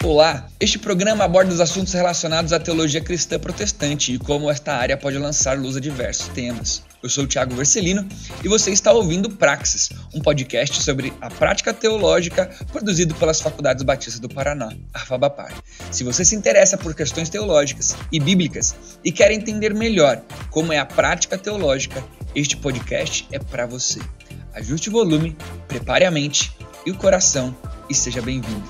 Olá, este programa aborda os assuntos relacionados à teologia cristã protestante e como esta área pode lançar luz a diversos temas. Eu sou o Thiago Vercelino e você está ouvindo Praxis, um podcast sobre a prática teológica produzido pelas Faculdades Batistas do Paraná, a FABAPAR. Se você se interessa por questões teológicas e bíblicas e quer entender melhor como é a prática teológica, este podcast é para você. Ajuste o volume, prepare a mente e o coração e seja bem-vindo.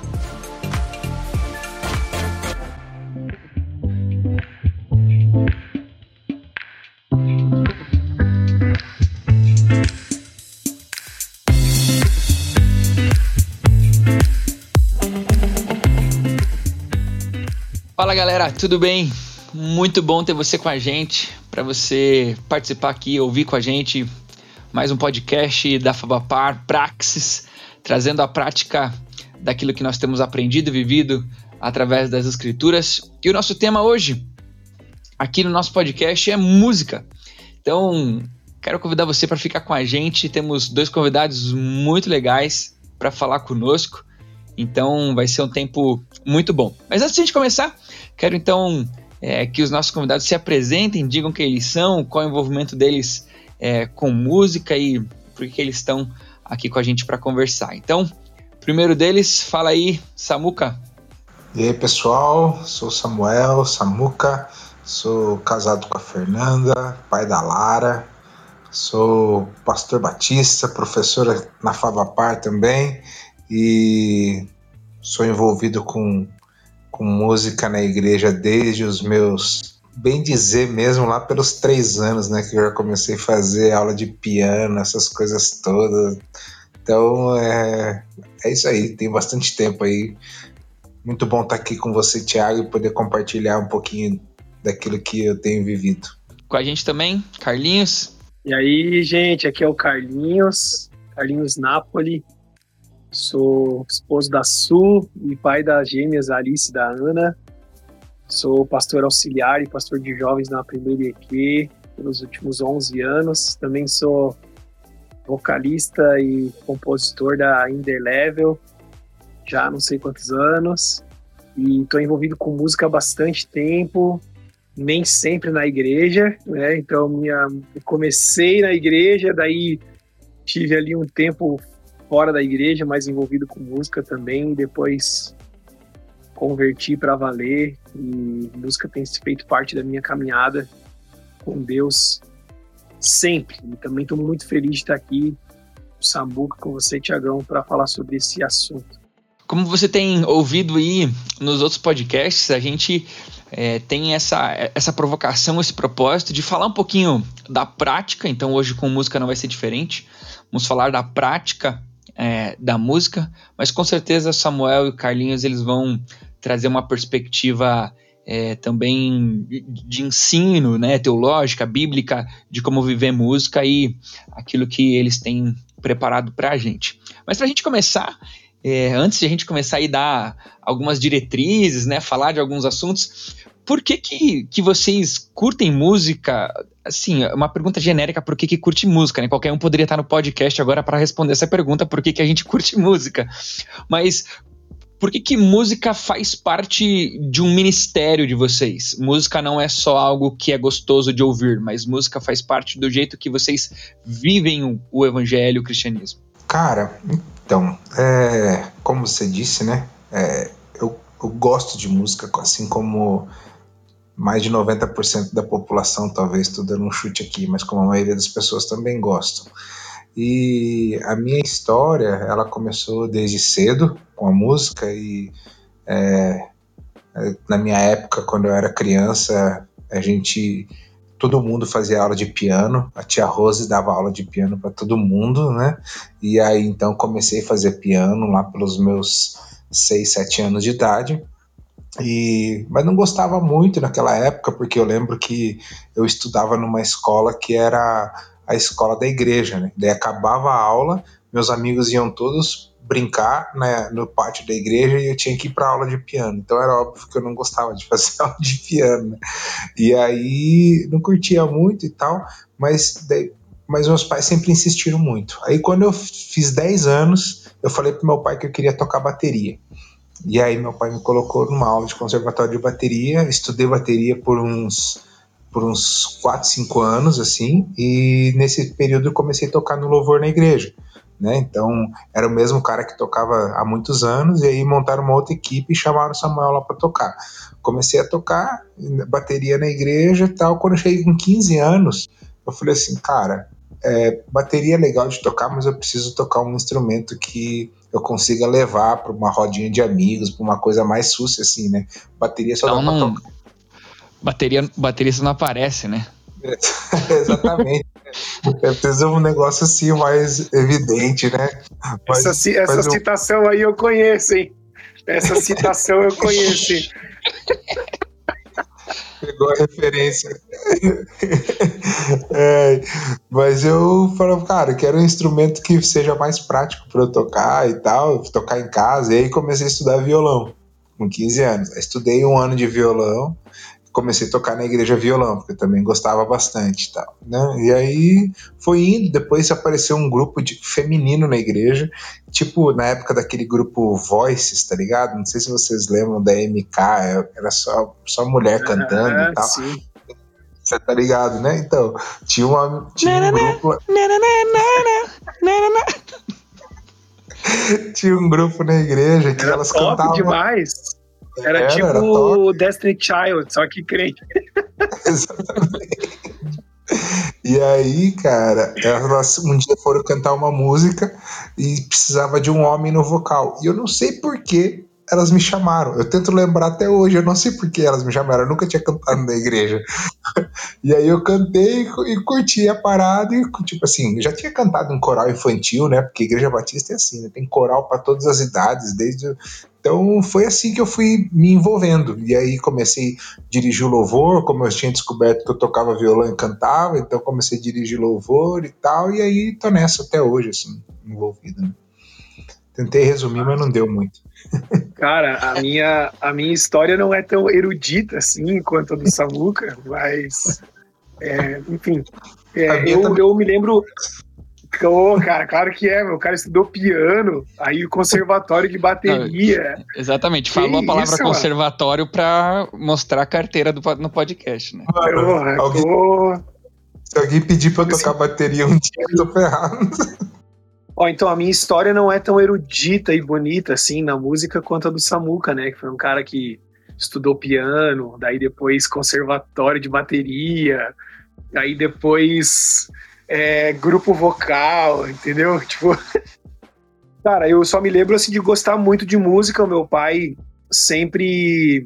Fala galera, tudo bem? Muito bom ter você com a gente, para você participar aqui, ouvir com a gente mais um podcast da FABAPAR, Praxis, trazendo a prática daquilo que nós temos aprendido e vivido através das Escrituras. E o nosso tema hoje, aqui no nosso podcast, é música. Então, quero convidar você para ficar com a gente. Temos dois convidados muito legais para falar conosco. Então, vai ser um tempo muito bom. Mas antes de a gente começar, quero então que os nossos convidados se apresentem, digam quem eles são, qual é o envolvimento deles com música e por que eles estão aqui com a gente para conversar. Então, primeiro deles, fala aí, Samuca. E aí, pessoal, sou Samuel, Samuca, sou casado com a Fernanda, pai da Lara, sou pastor batista, professora na FABAPAR também e sou envolvido com música na igreja desde os meus, bem dizer mesmo, lá pelos 3 anos, né, que eu já comecei a fazer aula de piano, essas coisas todas. Então é isso aí, tem bastante tempo aí. Muito bom estar aqui com você, Thiago, e poder compartilhar um pouquinho daquilo que eu tenho vivido. Com a gente também, Carlinhos. E aí, gente, aqui é o Carlinhos Napoli. Sou esposo da Su e pai das gêmeas Alice e da Ana. Sou pastor auxiliar e pastor de jovens na Primeira EQ pelos últimos 11 anos. Também sou vocalista e compositor da Interlevel, já há não sei quantos anos. E estou envolvido com música há bastante tempo, nem sempre na igreja, né? Então, eu comecei na igreja, daí tive ali um tempo fora da igreja, mas envolvido com música também, e depois converti para valer, e música tem feito parte da minha caminhada com Deus sempre. E também estou muito feliz de estar aqui, o Samuca, com você, Thiagão, para falar sobre esse assunto. Como você tem ouvido aí nos outros podcasts, a gente tem essa provocação, esse propósito de falar um pouquinho da prática. Então hoje com música não vai ser diferente, vamos falar da prática da música, mas com certeza Samuel e Carlinhos eles vão trazer uma perspectiva também de ensino, né, teológica, bíblica, de como viver música e aquilo que eles têm preparado para a gente. Mas para a gente começar, antes de a gente começar a dar algumas diretrizes, né, falar de alguns assuntos, por que vocês curtem música? Assim, uma pergunta genérica, por que curte música, né? Qualquer um poderia estar no podcast agora para responder essa pergunta, por que a gente curte música? Mas por que música faz parte de um ministério de vocês? Música não é só algo que é gostoso de ouvir, mas música faz parte do jeito que vocês vivem o evangelho, o cristianismo. Cara, então, como você disse, né? Eu gosto de música, assim como mais de 90% da população, talvez, estou dando um chute aqui, mas como a maioria das pessoas também gostam. E a minha história, ela começou desde cedo com a música e na minha época, quando eu era criança, todo mundo fazia aula de piano, a tia Rose dava aula de piano para todo mundo, né? E aí então comecei a fazer piano lá pelos meus 6, 7 anos de idade. Mas não gostava muito naquela época, porque eu lembro que eu estudava numa escola que era a escola da igreja, né? Daí acabava a aula, meus amigos iam todos brincar, né, no pátio da igreja e eu tinha que ir para aula de piano. Então era óbvio que eu não gostava de fazer aula de piano, né? E aí não curtia muito e tal, mas meus pais sempre insistiram muito. Aí quando eu fiz 10 anos, eu falei pro meu pai que eu queria tocar bateria. E aí meu pai me colocou numa aula de conservatório de bateria, estudei bateria por uns 4, 5 anos, assim, e nesse período eu comecei a tocar no louvor na igreja, né? Então, era o mesmo cara que tocava há muitos anos, e aí montaram uma outra equipe e chamaram o Samuel lá para tocar. Comecei a tocar bateria na igreja e tal. Quando eu cheguei com 15 anos, eu falei assim, cara, bateria é legal de tocar, mas eu preciso tocar um instrumento que eu consiga levar para uma rodinha de amigos, para uma coisa mais sucia, assim, né? Bateria só então dá para tocar. Baterista não aparece, né? Exatamente. É preciso um negócio assim mais evidente, né? Essa citação aí eu conheço, hein? Essa citação eu conheço, hein? Pegou a referência. Mas eu falava, cara, quero um instrumento que seja mais prático para eu tocar e tal, tocar em casa. E aí comecei a estudar violão com 15 anos. Estudei 1 ano de violão, comecei a tocar na igreja violão, porque eu também gostava bastante e tal, né? E aí foi indo, depois apareceu um grupo feminino na igreja, tipo na época daquele grupo Voices, tá ligado? Não sei se vocês lembram da MK, era só mulher cantando e tal. Sim. Você tá ligado, né? Então, tinha um grupo... Tinha um grupo na igreja que era elas top cantavam... demais. Era tipo Destiny Child, só que crente. Exatamente. E aí, cara, elas um dia foram cantar uma música e precisava de um homem no vocal. E eu não sei por que elas me chamaram. Eu tento lembrar até hoje, eu não sei por que elas me chamaram. Eu nunca tinha cantado na igreja. E aí eu cantei e curti a parada. E, tipo assim, eu já tinha cantado em coral infantil, né? Porque a Igreja Batista é assim, né? Tem coral para todas as idades, Então foi assim que eu fui me envolvendo. E aí comecei a dirigir o louvor, como eu tinha descoberto que eu tocava violão e cantava, então comecei a dirigir louvor e tal, e aí tô nessa até hoje, assim, envolvido. Né? Tentei resumir, mas não deu muito. Cara, a minha história não é tão erudita assim quanto a do Samuca, mas enfim, eu me lembro. Cara, claro que é, meu cara estudou piano, aí o conservatório de bateria. Não, exatamente, falou a palavra isso, conservatório para mostrar a carteira no podcast, né? Se alguém pedir pra eu tocar bateria um dia, eu tô ferrado. Então a minha história não é tão erudita e bonita assim na música quanto a do Samuca, né? Que foi um cara que estudou piano, daí depois conservatório de bateria, aí depois grupo vocal, entendeu? Tipo, cara, eu só me lembro assim de gostar muito de música. O meu pai sempre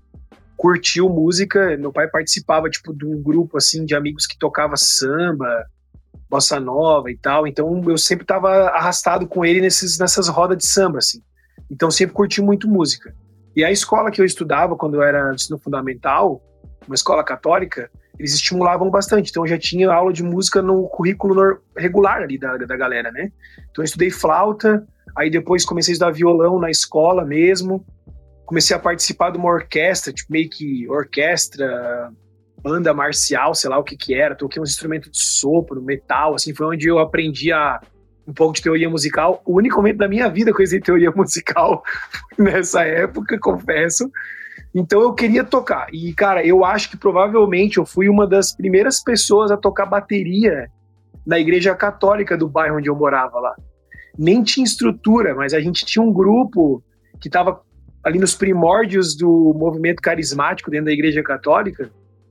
curtiu música. Meu pai participava tipo de um grupo assim de amigos que tocava samba, bossa nova e tal. Então eu sempre estava arrastado com ele nessas rodas de samba assim. Então sempre curti muito música. E a escola que eu estudava quando eu era ensino fundamental, uma escola católica, eles estimulavam bastante, então eu já tinha aula de música no currículo regular ali da galera, né? Então eu estudei flauta, aí depois comecei a estudar violão na escola mesmo, comecei a participar de uma orquestra, tipo meio que orquestra, banda marcial, sei lá o que era, toquei uns instrumentos de sopro, metal, assim, foi onde eu aprendi um pouco de teoria musical. O único momento da minha vida que eu conheci teoria musical nessa época, confesso. Então eu queria tocar. E, cara, eu acho que provavelmente eu fui uma das primeiras pessoas a tocar bateria na igreja católica do bairro onde eu morava lá. Nem tinha estrutura, mas a gente tinha um grupo que estava ali nos primórdios do movimento carismático dentro da igreja católica,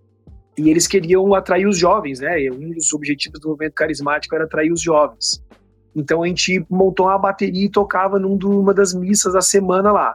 e eles queriam atrair os jovens, né? E um dos objetivos do movimento carismático era atrair os jovens. Então a gente montou uma bateria e tocava numa das missas da semana lá.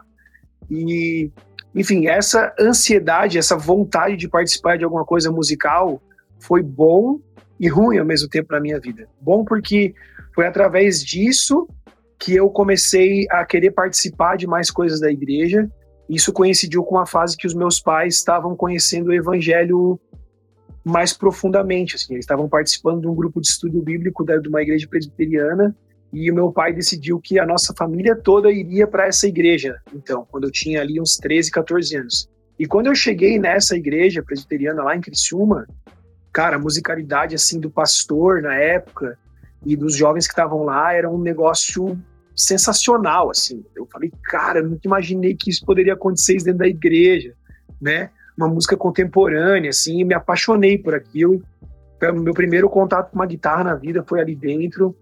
E, enfim, essa ansiedade, essa vontade de participar de alguma coisa musical foi bom e ruim ao mesmo tempo na minha vida. Bom porque foi através disso que eu comecei a querer participar de mais coisas da igreja. Isso coincidiu com a fase que os meus pais estavam conhecendo o evangelho mais profundamente, assim, eles estavam participando de um grupo de estudo bíblico de uma igreja presbiteriana, e o meu pai decidiu que a nossa família toda iria para essa igreja, então, quando eu tinha ali uns 13, 14 anos. E quando eu cheguei nessa igreja presbiteriana lá em Criciúma, cara, a musicalidade, assim, do pastor na época e dos jovens que estavam lá era um negócio sensacional, assim. Eu falei, cara, eu nunca imaginei que isso poderia acontecer dentro da igreja, né? Uma música contemporânea, assim, e me apaixonei por aquilo. Meu primeiro contato com uma guitarra na vida foi ali dentro.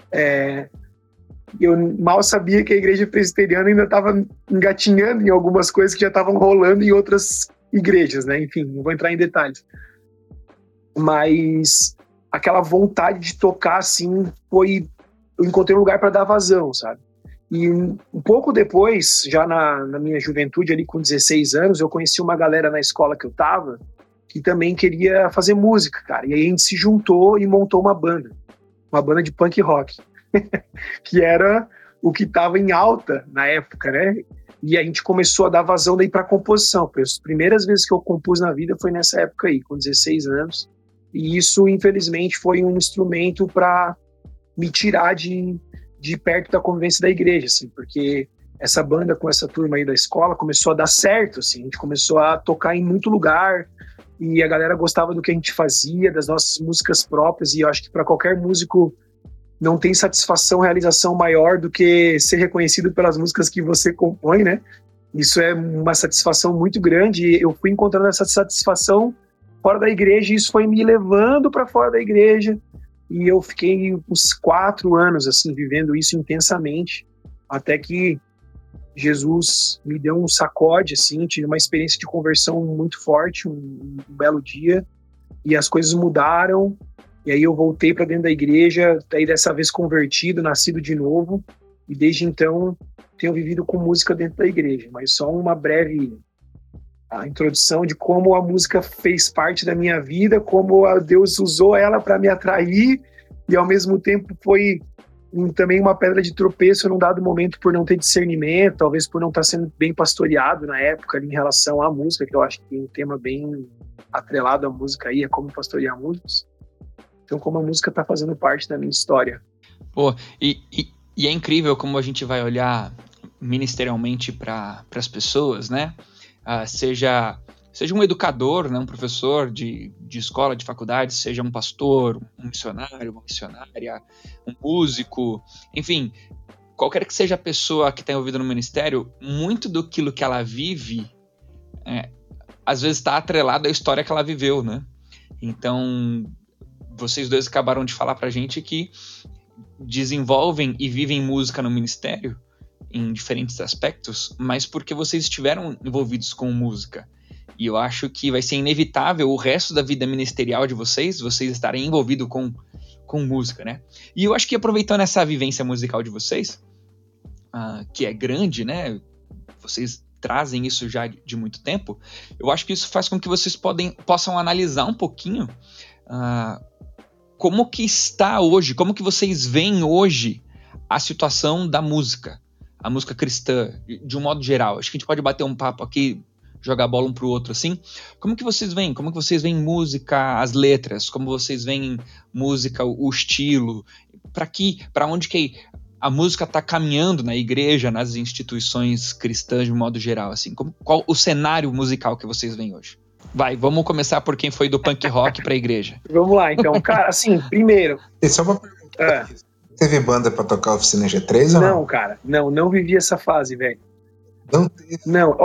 Eu mal sabia que a igreja presbiteriana ainda estava engatinhando em algumas coisas que já estavam rolando em outras igrejas, né? Enfim, não vou entrar em detalhes. Mas aquela vontade de tocar, assim, eu encontrei um lugar para dar vazão, sabe? E um pouco depois, já na minha juventude, ali com 16 anos, eu conheci uma galera na escola que eu tava, que também queria fazer música, cara. E aí a gente se juntou e montou uma banda de punk rock, que era o que tava em alta na época, né? E a gente começou a dar vazão daí pra composição. As primeiras vezes que eu compus na vida foi nessa época aí, com 16 anos. E isso, infelizmente, foi um instrumento para me tirar de perto da convivência da igreja, assim, porque essa banda com essa turma aí da escola começou a dar certo, assim, a gente começou a tocar em muito lugar e a galera gostava do que a gente fazia, das nossas músicas próprias, e eu acho que para qualquer músico não tem satisfação, realização maior do que ser reconhecido pelas músicas que você compõe, né? Isso é uma satisfação muito grande, e eu fui encontrando essa satisfação fora da igreja, e isso foi me levando para fora da igreja, e eu fiquei uns 4 anos assim, vivendo isso intensamente, até que Jesus me deu um sacode, assim, tive uma experiência de conversão muito forte, um belo dia, e as coisas mudaram, e aí eu voltei para dentro da igreja, daí dessa vez convertido, nascido de novo, e desde então tenho vivido com música dentro da igreja, mas só uma breve introdução de como a música fez parte da minha vida, como Deus usou ela para me atrair, e ao mesmo tempo foi também uma pedra de tropeço num dado momento por não ter discernimento, talvez por não estar sendo bem pastoreado na época ali, em relação à música, que eu acho que é um tema bem atrelado à música aí, é como pastorear músicos. Então, como a música está fazendo parte da minha história. Pô, e é incrível como a gente vai olhar ministerialmente para as pessoas, né? Seja um educador, né, um professor de escola, de faculdade, seja um pastor, um missionário, uma missionária, um músico, enfim, qualquer que seja a pessoa que está envolvida no ministério, muito daquilo que ela vive, às vezes está atrelado à história que ela viveu, né? Então, vocês dois acabaram de falar pra gente que desenvolvem e vivem música no ministério, em diferentes aspectos, mas porque vocês estiveram envolvidos com música. E eu acho que vai ser inevitável o resto da vida ministerial de vocês estarem envolvidos com música, né? E eu acho que aproveitando essa vivência musical de vocês, que é grande, né? Vocês trazem isso já de muito tempo, eu acho que isso faz com que vocês possam analisar um pouquinho como que está hoje, como que vocês veem hoje a situação da música, a música cristã, de um modo geral. Acho que a gente pode bater um papo aqui, jogar bola um pro outro, assim. Como que vocês veem? Como que vocês veem música, as letras? Como vocês veem música, o estilo? Para onde que a música está caminhando na igreja, nas instituições cristãs de um modo geral, assim? Qual o cenário musical que vocês veem hoje? Vamos começar por quem foi do punk rock para a igreja. Vamos lá, então. Cara, assim, primeiro... Essa é uma pergunta. Teve banda pra tocar Oficina G3 ou não? Não, cara. Não vivi essa fase, velho. Não teve? Não,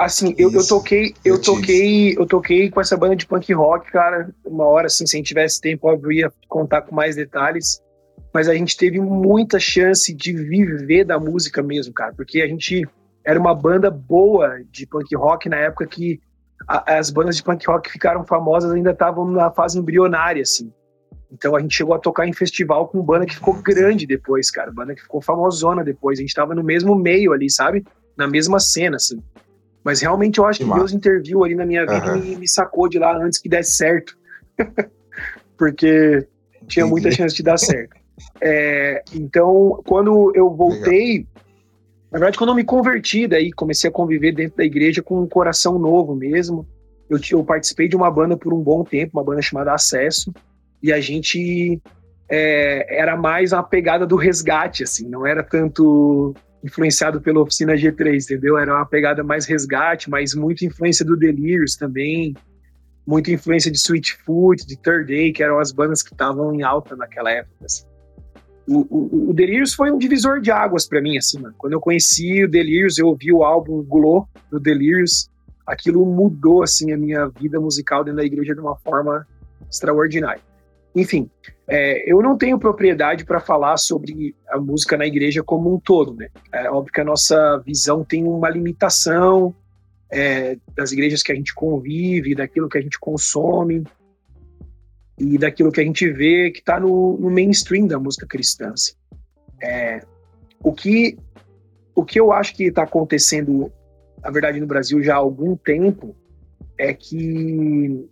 eu toquei com essa banda de punk rock, cara, uma hora, assim, se a gente tivesse tempo, óbvio, eu ia contar com mais detalhes, mas a gente teve muita chance de viver da música mesmo, cara, porque a gente era uma banda boa de punk rock na época que as bandas de punk rock ficaram famosas, ainda estavam na fase embrionária, assim. Então a gente chegou a tocar em festival com banda que ficou grande depois, cara. Banda que ficou famosona depois. A gente tava no mesmo meio ali, sabe? Na mesma cena, assim. Mas realmente eu acho que Deus interviu ali na minha vida e me sacou de lá antes que desse certo. Porque tinha muita chance de dar certo. Então, quando eu voltei... Na verdade, quando eu me converti, daí comecei a conviver dentro da igreja com um coração novo mesmo. Eu participei de uma banda por um bom tempo, uma banda chamada Acesso. E a gente era mais uma pegada do resgate, assim, não era tanto influenciado pela Oficina G3, entendeu? Era uma pegada mais resgate, mas muita influência do Delirious também, muita influência de Sweetfoot, de Third Day, que eram as bandas que estavam em alta naquela época, assim. O Delirious foi um divisor de águas pra mim, assim, mano. Quando eu conheci o Delirious, eu ouvi o álbum Glow do Delirious, aquilo mudou, assim, a minha vida musical dentro da igreja de uma forma extraordinária. Enfim, eu não tenho propriedade para falar sobre a música na igreja como um todo, né? É óbvio que a nossa visão tem uma limitação das igrejas que a gente convive, daquilo que a gente consome, e daquilo que a gente vê que está no mainstream da música cristã. Assim. O que eu acho que está acontecendo, na verdade, no Brasil já há algum tempo, é que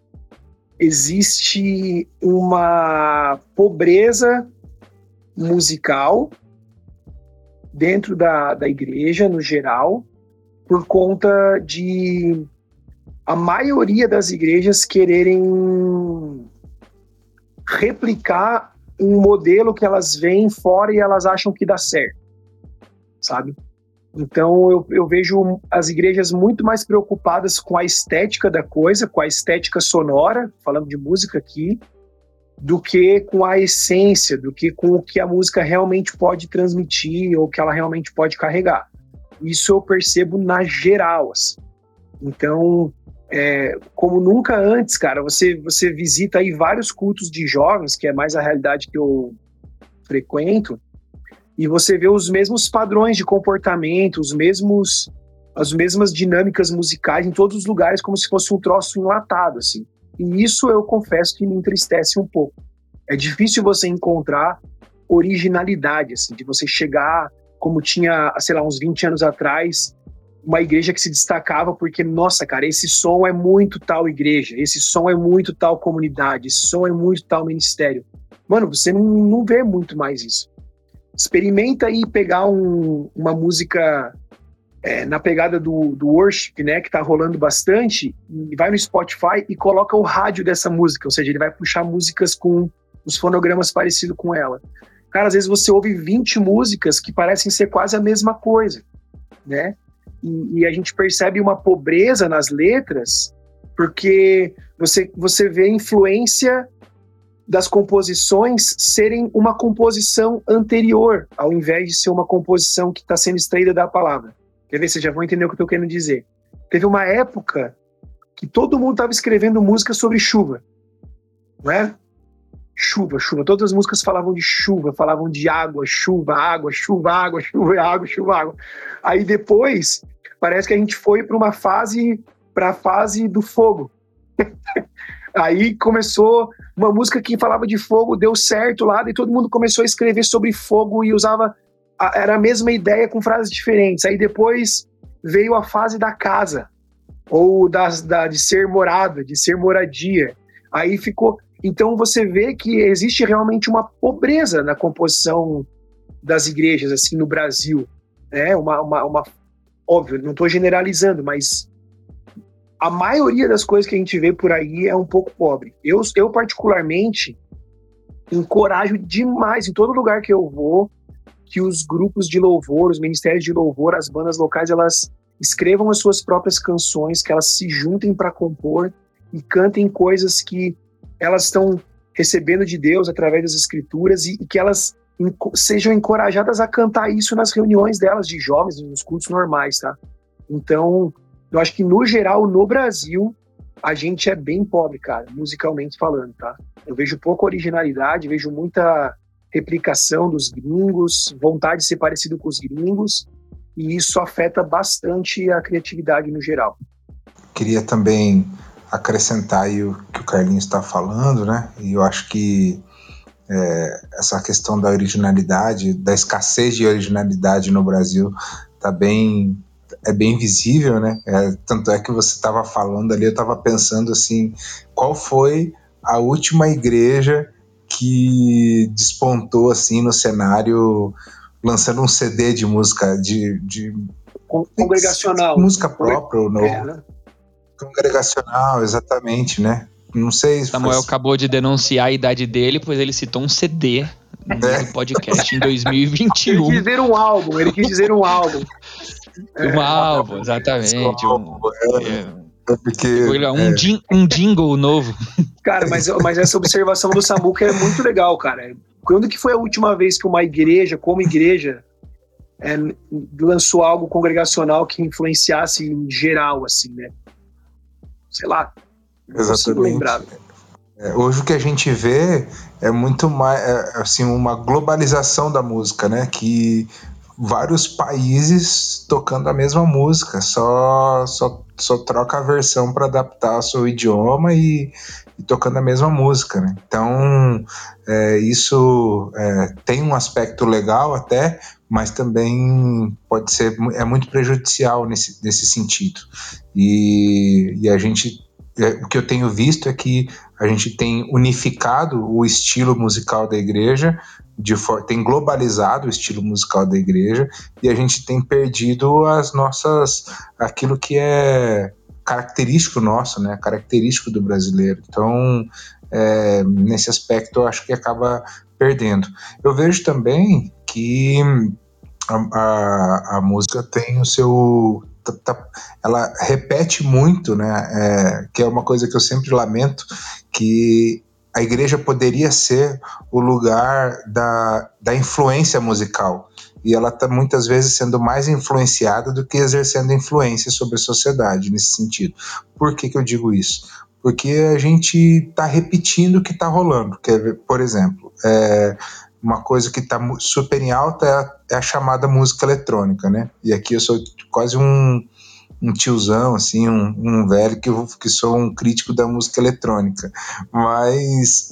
existe uma pobreza musical dentro da igreja, no geral, por conta de a maioria das igrejas quererem replicar um modelo que elas veem fora e elas acham que dá certo, sabe? Então eu vejo as igrejas muito mais preocupadas com a estética da coisa, com a estética sonora, falando de música aqui, do que com a essência, do que com o que a música realmente pode transmitir ou que ela realmente pode carregar. Isso eu percebo na geral, assim. Então, como nunca antes, cara, você visita aí vários cultos de jovens, que é mais a realidade que eu frequento, e você vê os mesmos padrões de comportamento, as mesmas dinâmicas musicais em todos os lugares, como se fosse um troço enlatado, assim. E isso eu confesso que me entristece um pouco. É difícil você encontrar originalidade, assim, de você chegar, como tinha, sei lá, uns 20 anos atrás, uma igreja que se destacava porque, nossa, cara, esse som é muito tal igreja, esse som é muito tal comunidade, esse som é muito tal ministério. Mano, você não vê muito mais isso. Experimenta aí pegar uma música na pegada do worship, né, que tá rolando bastante, e vai no Spotify e coloca o rádio dessa música, ou seja, ele vai puxar músicas com os fonogramas parecidos com ela. Cara, às vezes você ouve 20 músicas que parecem ser quase a mesma coisa, né? E a gente percebe uma pobreza nas letras, porque você vê a influência das composições serem uma composição anterior, ao invés de ser uma composição que está sendo extraída da palavra. Quer ver? Vocês já vão entender o que eu estou querendo dizer. Teve uma época que todo mundo estava escrevendo música sobre chuva, não é? Chuva. Todas as músicas falavam de chuva, falavam de água, chuva, água, chuva, água, chuva, água, chuva, água. Aí depois, parece que a gente foi para a fase do fogo. Aí começou uma música que falava de fogo, deu certo lá, e todo mundo começou a escrever sobre fogo e usava, era a mesma ideia com frases diferentes. Aí depois veio a fase da casa, ou de ser morada, de ser moradia. Aí ficou... Então você vê que existe realmente uma pobreza na composição das igrejas, assim, no Brasil. Óbvio, não estou generalizando, mas a maioria das coisas que a gente vê por aí é um pouco pobre. Eu particularmente, encorajo demais, em todo lugar que eu vou, que os grupos de louvor, os ministérios de louvor, as bandas locais, elas escrevam as suas próprias canções, que elas se juntem para compor e cantem coisas que elas estão recebendo de Deus através das escrituras e que elas sejam encorajadas a cantar isso nas reuniões delas de jovens, nos cultos normais, tá? Então, eu acho que no geral, no Brasil, a gente é bem pobre, cara, musicalmente falando, tá? Eu vejo pouca originalidade, vejo muita replicação dos gringos, vontade de ser parecido com os gringos, e isso afeta bastante a criatividade no geral. Queria também acrescentar aí o que o Carlinhos está falando, né? E eu acho que essa questão da originalidade, da escassez de originalidade no Brasil é bem visível, né? Tanto é que você estava falando ali, eu estava pensando assim, qual foi a última igreja que despontou assim no cenário, lançando um CD de música de congregacional, música própria ou não? Né? Congregacional, exatamente, né? Não sei. Samuel acabou de denunciar a idade dele, pois ele citou um CD no podcast em 2021. Ele quis dizer um álbum. Um álbum, exatamente. Porque, um jingle novo. Cara, mas essa observação do Samuca é muito legal, cara. Quando que foi a última vez que uma igreja, como igreja, lançou algo congregacional que influenciasse em geral, assim, né? Sei lá, não consigo lembrar. Hoje o que a gente vê é muito mais assim, uma globalização da música, né? Que vários países tocando a mesma música, só troca a versão para adaptar ao seu idioma e tocando a mesma música, né? Então isso tem um aspecto legal até, mas também pode ser muito prejudicial nesse sentido. E a gente, o que eu tenho visto é que a gente tem unificado o estilo musical da igreja, tem globalizado o estilo musical da igreja, e a gente tem perdido aquilo que é característico nosso, né? Característico do brasileiro. Então, nesse aspecto, eu acho que acaba perdendo. Eu vejo também que a música tem o seu... ela repete muito, né? Que é uma coisa que eu sempre lamento, que a igreja poderia ser o lugar da influência musical, e ela está muitas vezes sendo mais influenciada do que exercendo influência sobre a sociedade nesse sentido. Por que eu digo isso? Porque a gente está repetindo o que está rolando. Por exemplo, uma coisa que está super em alta é a chamada música eletrônica, né? E aqui eu sou quase um tiozão, assim, um velho que sou um crítico da música eletrônica. Mas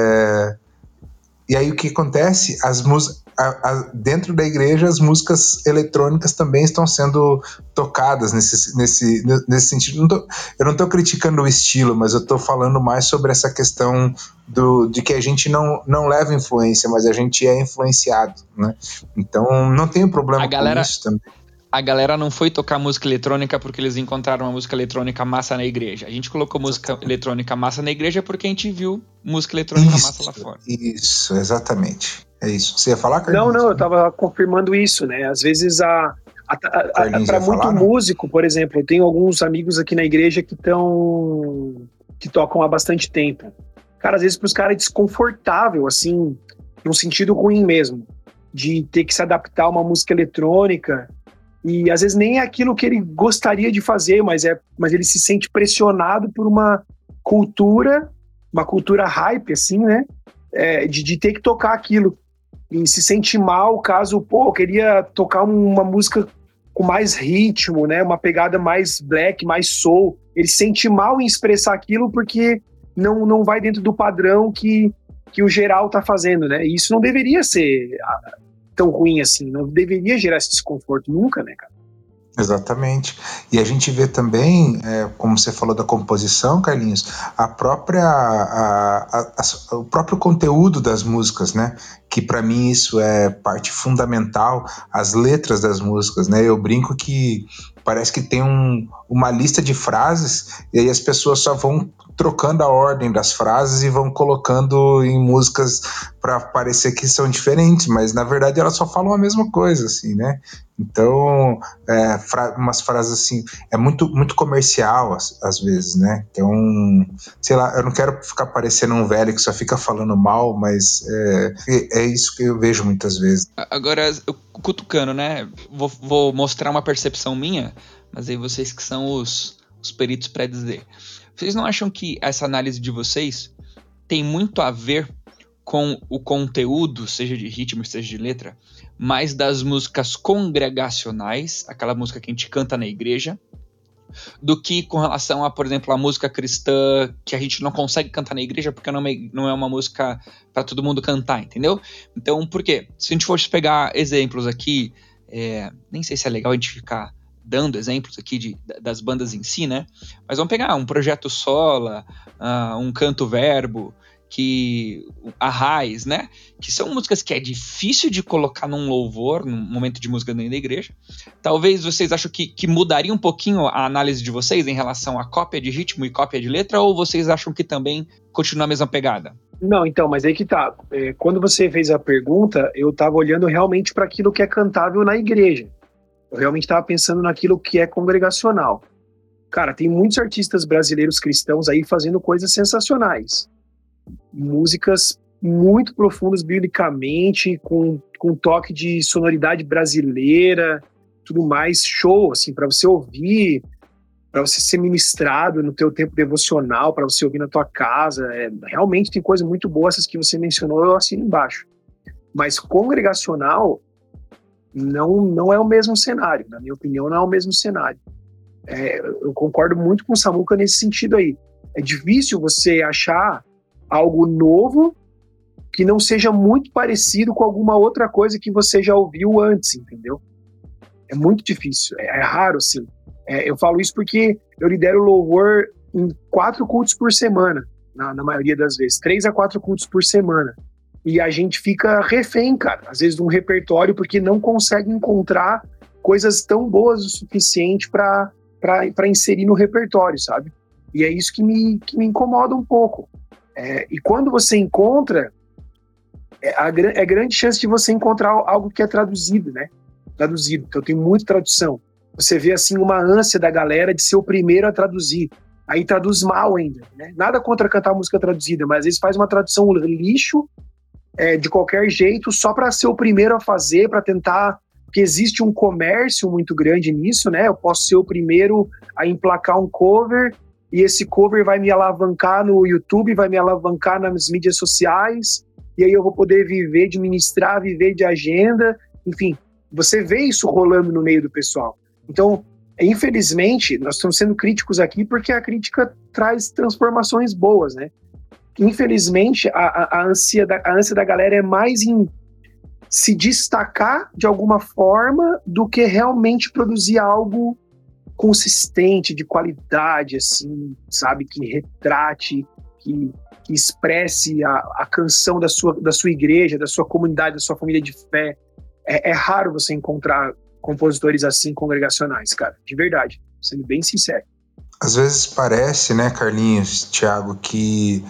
e aí o que acontece? Dentro da igreja, as músicas eletrônicas também estão sendo tocadas nesse sentido. Eu não estou criticando o estilo, mas eu estou falando mais sobre essa questão de que a gente não leva influência, mas a gente é influenciado, né? Então não tem problema com isso também. A galera não foi tocar música eletrônica porque eles encontraram uma música eletrônica massa na igreja. A gente colocou música eletrônica massa na igreja porque a gente viu música eletrônica massa lá fora. Isso, exatamente. É isso. Você ia falar, Carlinhos? Não, eu tava confirmando isso, né? Às vezes para muito músico, por exemplo, eu tenho alguns amigos aqui na igreja que tocam há bastante tempo. Cara, às vezes para os caras é desconfortável, assim, num sentido ruim mesmo, de ter que se adaptar a uma música eletrônica. E às vezes nem é aquilo que ele gostaria de fazer, mas ele se sente pressionado por uma cultura hype, assim, né? De ter que tocar aquilo. E se sente mal caso, eu queria tocar uma música com mais ritmo, né? Uma pegada mais black, mais soul. Ele se sente mal em expressar aquilo porque não vai dentro do padrão que o geral tá fazendo, né? E isso não deveria ser tão ruim assim, não deveria gerar esse desconforto nunca, né, cara? Exatamente. E a gente vê também, como você falou da composição, Carlinhos, o próprio conteúdo das músicas, né? Que para mim isso é parte fundamental, as letras das músicas, né? Eu brinco que parece que tem uma lista de frases e aí as pessoas só vão trocando a ordem das frases e vão colocando em músicas para parecer que são diferentes, mas na verdade elas só falam a mesma coisa, assim, né? Então, umas frases assim, é muito, muito comercial às vezes, né? Então, sei lá, eu não quero ficar parecendo um velho que só fica falando mal, mas é isso que eu vejo muitas vezes. Agora, eu cutucando, né? Vou mostrar uma percepção minha, mas aí vocês que são os peritos para dizer. Vocês não acham que essa análise de vocês tem muito a ver com o conteúdo, seja de ritmo, seja de letra, mais das músicas congregacionais, aquela música que a gente canta na igreja, do que com relação a, por exemplo, a música cristã que a gente não consegue cantar na igreja porque não é uma música para todo mundo cantar, entendeu? Então, por quê? Se a gente fosse pegar exemplos aqui, nem sei se é legal a gente ficar dando exemplos aqui das bandas em si, né? Mas vamos pegar um Projeto Sola, um Canto Verbo, a Raiz, né? Que são músicas que é difícil de colocar num louvor, num momento de música dentro da igreja. Talvez vocês acham que mudaria um pouquinho a análise de vocês em relação à cópia de ritmo e cópia de letra, ou vocês acham que também continua a mesma pegada? Não, então, mas aí que tá. Quando você fez a pergunta, eu tava olhando realmente para aquilo que é cantável na igreja. Eu realmente estava pensando naquilo que é congregacional. Cara, tem muitos artistas brasileiros cristãos aí fazendo coisas sensacionais. Músicas muito profundas biblicamente, com toque de sonoridade brasileira, tudo mais, show, assim, para você ouvir, para você ser ministrado no teu tempo devocional, para você ouvir na tua casa. Realmente tem coisa muito boa, essas que você mencionou, eu assino embaixo. Mas congregacional não é o mesmo cenário, na minha opinião, não é o mesmo cenário. Eu concordo muito com o Samuca nesse sentido aí. É difícil você achar algo novo que não seja muito parecido com alguma outra coisa que você já ouviu antes, entendeu? É muito difícil, é raro, assim. Eu falo isso porque eu lidero louvor em 4 cultos por semana, na maioria das vezes, 3 a 4 cultos por semana. E a gente fica refém, cara, às vezes de um repertório, porque não consegue encontrar coisas tão boas o suficiente para inserir no repertório, sabe? E é isso que me incomoda um pouco. E quando você encontra, é grande chance de você encontrar algo que é traduzido, né? Traduzido, então tem muita tradução. Você vê, assim, uma ânsia da galera de ser o primeiro a traduzir. Aí traduz mal ainda, né? Nada contra cantar música traduzida, mas às vezes faz uma tradução lixo, de qualquer jeito, só para ser o primeiro a fazer, para tentar... Porque existe um comércio muito grande nisso, né? Eu posso ser o primeiro a emplacar um cover, e esse cover vai me alavancar no YouTube, vai me alavancar nas mídias sociais, e aí eu vou poder viver de ministrar, viver de agenda, enfim, você vê isso rolando no meio do pessoal. Então, infelizmente, nós estamos sendo críticos aqui porque a crítica traz transformações boas, né? Infelizmente, a ânsia da galera é mais em se destacar de alguma forma do que realmente produzir algo consistente, de qualidade, assim, sabe? Que retrate, que expresse a canção da sua igreja, da sua comunidade, da sua família de fé. É raro você encontrar compositores assim congregacionais, cara, de verdade, sendo bem sincero. Às vezes parece, né, Carlinhos, Thiago, que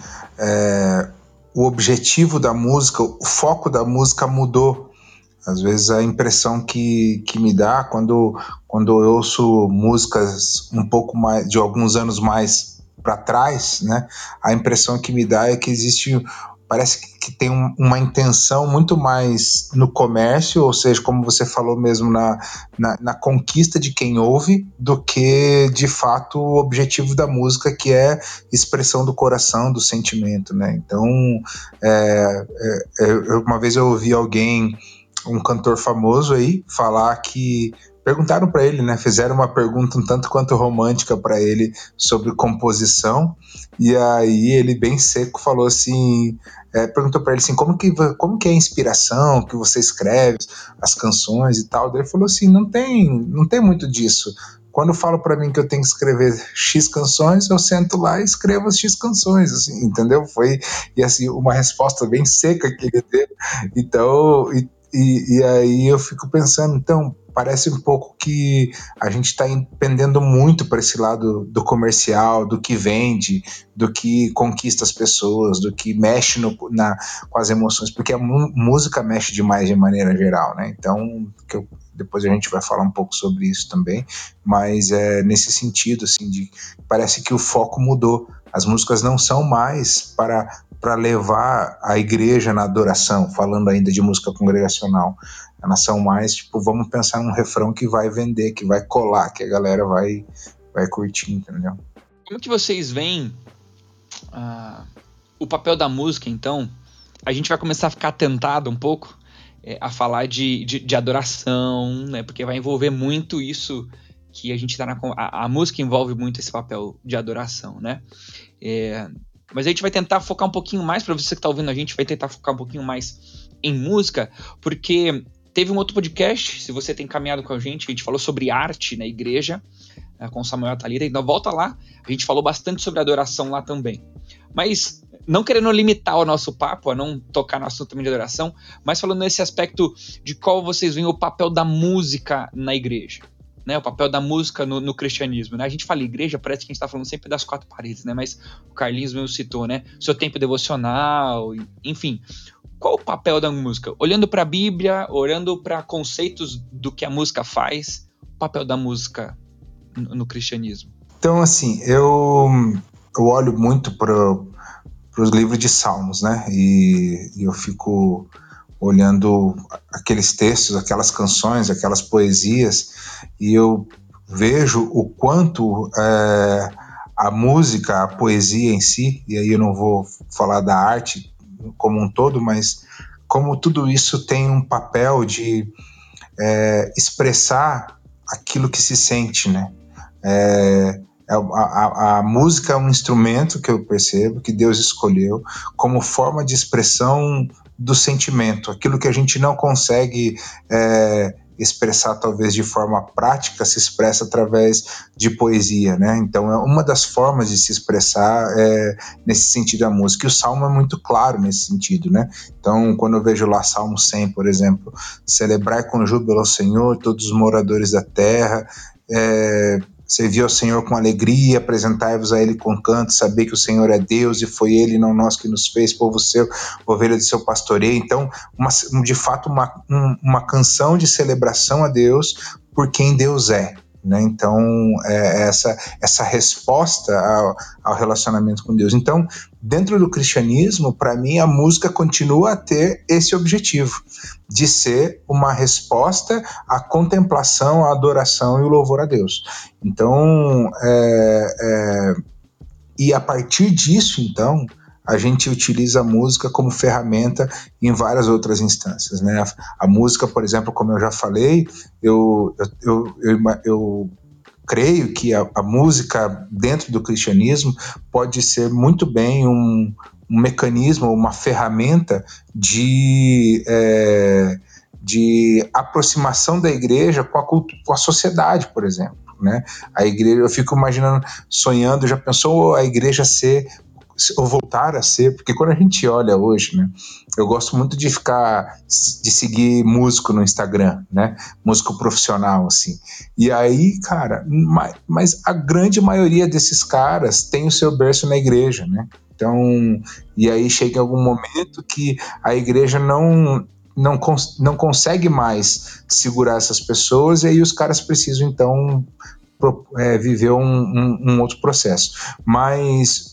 o objetivo da música, o foco da música mudou. Às vezes a impressão que me dá quando eu ouço músicas um pouco mais, de alguns anos mais para trás, né, a impressão que me dá é que parece que tem uma intenção muito mais no comércio, ou seja, como você falou mesmo, na conquista de quem ouve, do que, de fato, o objetivo da música, que é expressão do coração, do sentimento, né? Então, uma vez eu ouvi alguém, um cantor famoso aí, falar que... Perguntaram para ele, né? Fizeram uma pergunta um tanto quanto romântica para ele sobre composição, e aí ele, bem seco, falou assim... perguntou para ele assim, como que é a inspiração que você escreve, as canções e tal. Daí ele falou assim, não tem muito disso. Quando falam para mim que eu tenho que escrever X canções, eu sento lá e escrevo as X canções, assim, entendeu? Foi, e assim, uma resposta bem seca que ele deu. Então, e aí eu fico pensando, então, parece um pouco que a gente está pendendo muito para esse lado do comercial, do que vende, do que conquista as pessoas, do que mexe com as emoções, porque a música mexe demais de maneira geral, né? Então, depois a gente vai falar um pouco sobre isso também, mas é nesse sentido, assim, parece que o foco mudou. As músicas não são mais para levar a igreja na adoração, falando ainda de música congregacional. Elas são mais, tipo, vamos pensar num refrão que vai vender, que vai colar, que a galera vai curtir, entendeu? Como que vocês veem o papel da música, então? A gente vai começar a ficar tentado um pouco a falar de adoração, né? Porque vai envolver muito isso que a gente tá a música envolve muito esse papel de adoração, né? Mas a gente vai tentar focar um pouquinho mais, para você que tá ouvindo a gente, vai tentar focar um pouquinho mais em música, porque teve um outro podcast, se você tem caminhado com a gente falou sobre arte na igreja, com o Samuel Atalira, então volta lá, a gente falou bastante sobre adoração lá também. Mas não querendo limitar o nosso papo, a não tocar no assunto também de adoração, mas falando nesse aspecto de qual vocês veem o papel da música na igreja, né? O papel da música no cristianismo, né? A gente fala igreja, parece que a gente está falando sempre das 4 paredes, né? Mas o Carlinhos mesmo citou, né? Seu tempo devocional, enfim. Qual o papel da música? Olhando para a Bíblia, olhando para conceitos do que a música faz, o papel da música no cristianismo. Então, assim, eu olho muito os livros de Salmos, né? E eu fico olhando aqueles textos, aquelas canções, aquelas poesias, e eu vejo o quanto a música, a poesia em si, e aí eu não vou falar da arte como um todo, mas como tudo isso tem um papel de expressar aquilo que se sente, né? A música é um instrumento que eu percebo que Deus escolheu como forma de expressão do sentimento, aquilo que a gente não consegue expressar talvez de forma prática, se expressa através de poesia, né? Então é uma das formas de se expressar nesse sentido a música, e o Salmo é muito claro nesse sentido, né? Então quando eu vejo lá Salmo 100, por exemplo, celebrai com júbilo ao Senhor todos os moradores da terra, servir ao Senhor com alegria, apresentai-vos a Ele com canto, saber que o Senhor é Deus e foi Ele, não nós, que nos fez, povo seu, ovelha de seu pastoreio. Então, de fato, uma canção de celebração a Deus por quem Deus é, né? Então, essa resposta ao relacionamento com Deus. Então, dentro do cristianismo, para mim, a música continua a ter esse objetivo, de ser uma resposta à contemplação, à adoração e o louvor a Deus. Então, e a partir disso, então, a gente utiliza a música como ferramenta em várias outras instâncias, né? A música, por exemplo, como eu já falei, eu creio que a música dentro do cristianismo pode ser muito bem um mecanismo, uma ferramenta de aproximação da igreja com a sociedade, por exemplo, né? A igreja, eu fico imaginando, sonhando, já pensou a igreja ser, ou voltar a ser, porque quando a gente olha hoje, né, eu gosto muito de seguir músico no Instagram, né, músico profissional, assim, e aí, cara, mas a grande maioria desses caras tem o seu berço na igreja, né, então, e aí chega algum momento que a igreja não consegue mais segurar essas pessoas, e aí os caras precisam, então, viver um outro processo. Mas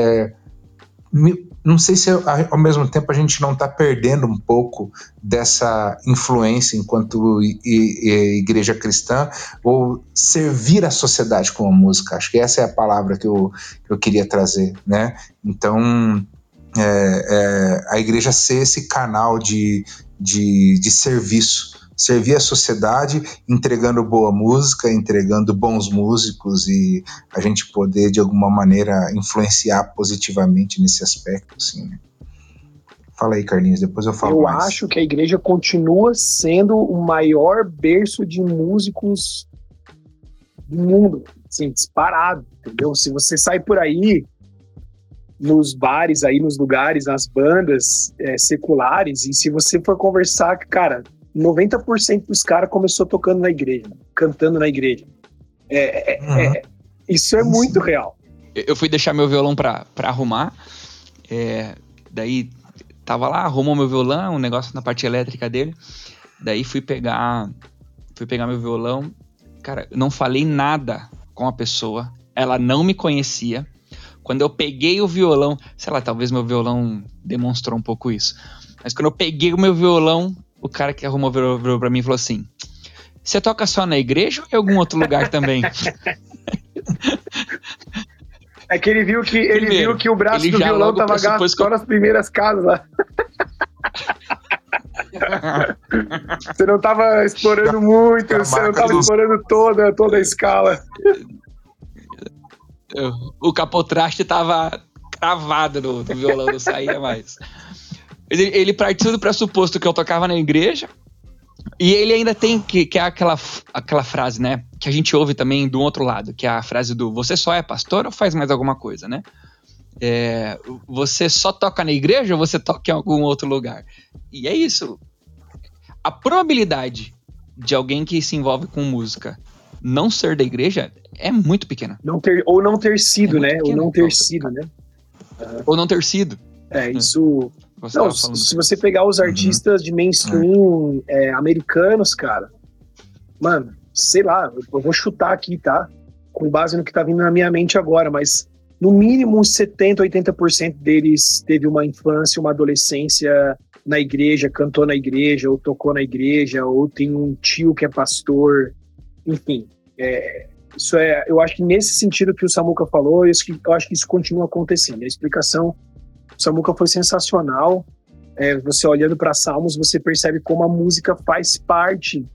não sei se ao mesmo tempo a gente não está perdendo um pouco dessa influência enquanto igreja cristã, ou servir a sociedade com a música. Acho que essa é a palavra que eu queria trazer, né? Então, a igreja ser esse canal de serviço, servir a sociedade entregando boa música, entregando bons músicos, e a gente poder de alguma maneira influenciar positivamente nesse aspecto, assim, né? Fala aí, Carlinhos, depois eu falo mais. Eu acho que a igreja continua sendo o maior berço de músicos do mundo, assim, disparado, entendeu? Se você sai por aí nos bares, aí nos lugares, nas bandas seculares, e se você for conversar, cara, 90% dos caras começou tocando na igreja, cantando na igreja. Isso é muito real. Eu fui deixar meu violão pra arrumar, daí tava lá, arrumou meu violão, um negócio na parte elétrica dele, daí fui pegar meu violão, cara, eu não falei nada com a pessoa, ela não me conhecia. Quando eu peguei o violão, sei lá, talvez meu violão demonstrou um pouco isso, mas quando eu peguei o meu violão, o cara que arrumou virou pra mim e falou assim: você toca só na igreja ou em algum outro lugar também? É que ele viu que o braço do violão tava gasto só nas primeiras casas lá. Você não tava explorando muito, você não tava explorando toda a escala. O capotraste tava cravado no violão, não saía mais. Ele partiu do pressuposto que eu tocava na igreja, e ele ainda tem que é aquela frase, né, que a gente ouve também do outro lado, que é a frase do você só é pastor ou faz mais alguma coisa, né? Você só toca na igreja ou você toca em algum outro lugar? E é isso. A probabilidade de alguém que se envolve com música não ser da igreja é muito pequena. Ou não ter sido, né? Ou não ter sido, né? Ou não ter sido. Isso... Não, se você pegar os artistas de mainstream americanos, cara, mano, sei lá, eu vou chutar aqui, tá? Com base no que tá vindo na minha mente agora, mas no mínimo uns 70%, 80% deles teve uma infância, uma adolescência na igreja, cantou na igreja, ou tocou na igreja, ou tem um tio que é pastor, enfim. Eu acho que nesse sentido que o Samuca falou, eu acho que isso continua acontecendo. A explicação do Samuca foi sensacional. Você olhando para Salmos, você percebe como a música faz parte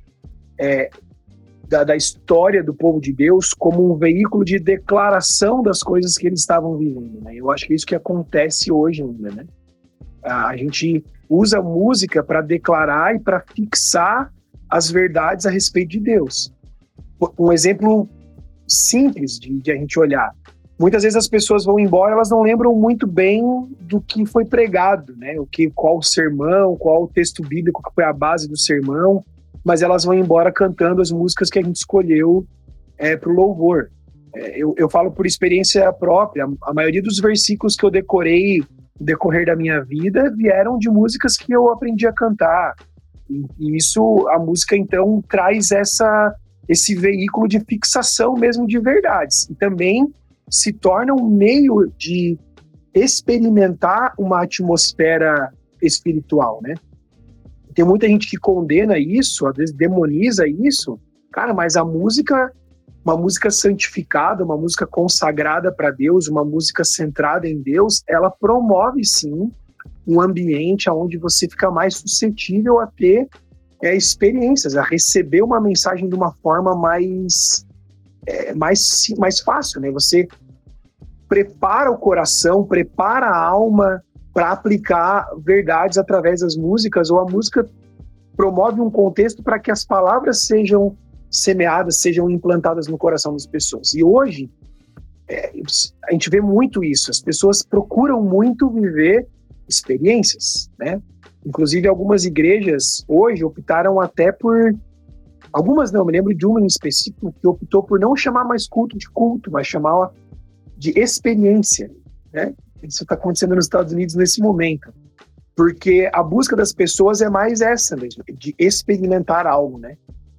da história do povo de Deus como um veículo de declaração das coisas que eles estavam vivendo, né? Eu acho que é isso que acontece hoje ainda, né? A gente usa a música para declarar e para fixar as verdades a respeito de Deus. Um exemplo simples de a gente olhar. Muitas vezes as pessoas vão embora, elas não lembram muito bem do que foi pregado, né? Qual o sermão, qual o texto bíblico que foi a base do sermão, mas elas vão embora cantando as músicas que a gente escolheu para o louvor. Eu falo por experiência própria, a maioria dos versículos que eu decorei no decorrer da minha vida vieram de músicas que eu aprendi a cantar. E isso, a música então traz esse veículo de fixação mesmo de verdades. E também se torna um meio de experimentar uma atmosfera espiritual, né? Tem muita gente que condena isso, às vezes demoniza isso. Cara, mas a música, uma música santificada, uma música consagrada para Deus, uma música centrada em Deus, ela promove sim um ambiente onde você fica mais suscetível a ter experiências, a receber uma mensagem de uma forma mais fácil, né? Você prepara o coração, prepara a alma para aplicar verdades através das músicas, ou a música promove um contexto para que as palavras sejam semeadas, sejam implantadas no coração das pessoas. E hoje, a gente vê muito isso, as pessoas procuram muito viver experiências, né? Inclusive, algumas igrejas hoje optaram até por... Algumas não, me lembro de uma em específico que optou por não chamar mais culto de culto, mas chamar de experiência, né? Isso está acontecendo nos Estados Unidos nesse momento. Porque a busca das pessoas é mais essa mesmo, de experimentar algo, né?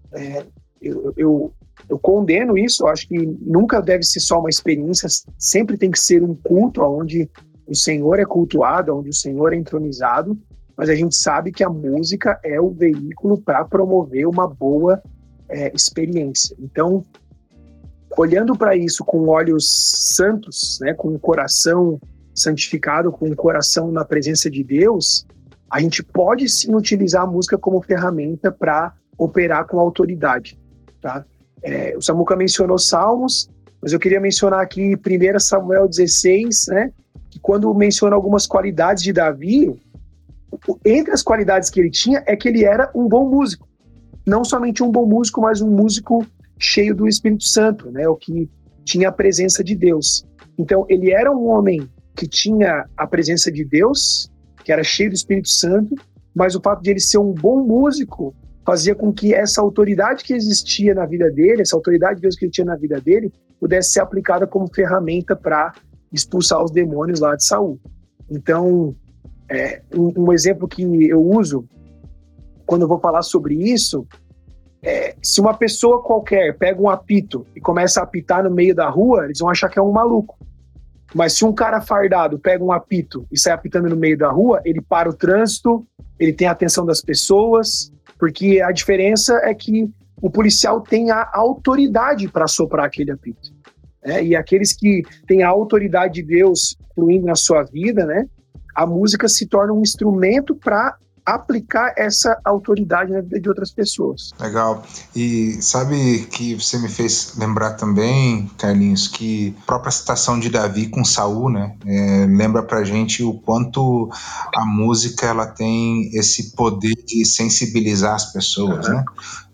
Eu condeno isso, eu acho que nunca deve ser só uma experiência, sempre tem que ser um culto onde o Senhor é cultuado, onde o Senhor é entronizado, mas a gente sabe que a música é o veículo para promover uma boa experiência. Então, olhando para isso com olhos santos, né, com o coração santificado, com o coração na presença de Deus, a gente pode sim utilizar a música como ferramenta para operar com autoridade, tá? O Samuca mencionou Salmos, mas eu queria mencionar aqui 1 Samuel 16, né, que quando menciona algumas qualidades de Davi, entre as qualidades que ele tinha é que ele era um bom músico. Não somente um bom músico, mas um músico cheio do Espírito Santo, né, o que tinha a presença de Deus. Então, ele era um homem que tinha a presença de Deus, que era cheio do Espírito Santo, mas o fato de ele ser um bom músico fazia com que essa autoridade que existia na vida dele, essa autoridade de Deus que ele tinha na vida dele, pudesse ser aplicada como ferramenta para expulsar os demônios lá de Saul. Então, um exemplo que eu uso quando eu vou falar sobre isso se uma pessoa qualquer pega um apito e começa a apitar no meio da rua, eles vão achar que é um maluco. Mas se um cara fardado pega um apito e sai apitando no meio da rua, ele para o trânsito, ele tem a atenção das pessoas, porque a diferença é que o policial tem a autoridade para soprar aquele apito. E aqueles que têm a autoridade de Deus fluindo na sua vida, né, a música se torna um instrumento para aplicar essa autoridade na vida de outras pessoas. Legal. E sabe que você me fez lembrar também, Carlinhos, que a própria citação de Davi com Saul, né, lembra pra gente o quanto a música ela tem esse poder de sensibilizar as pessoas, né?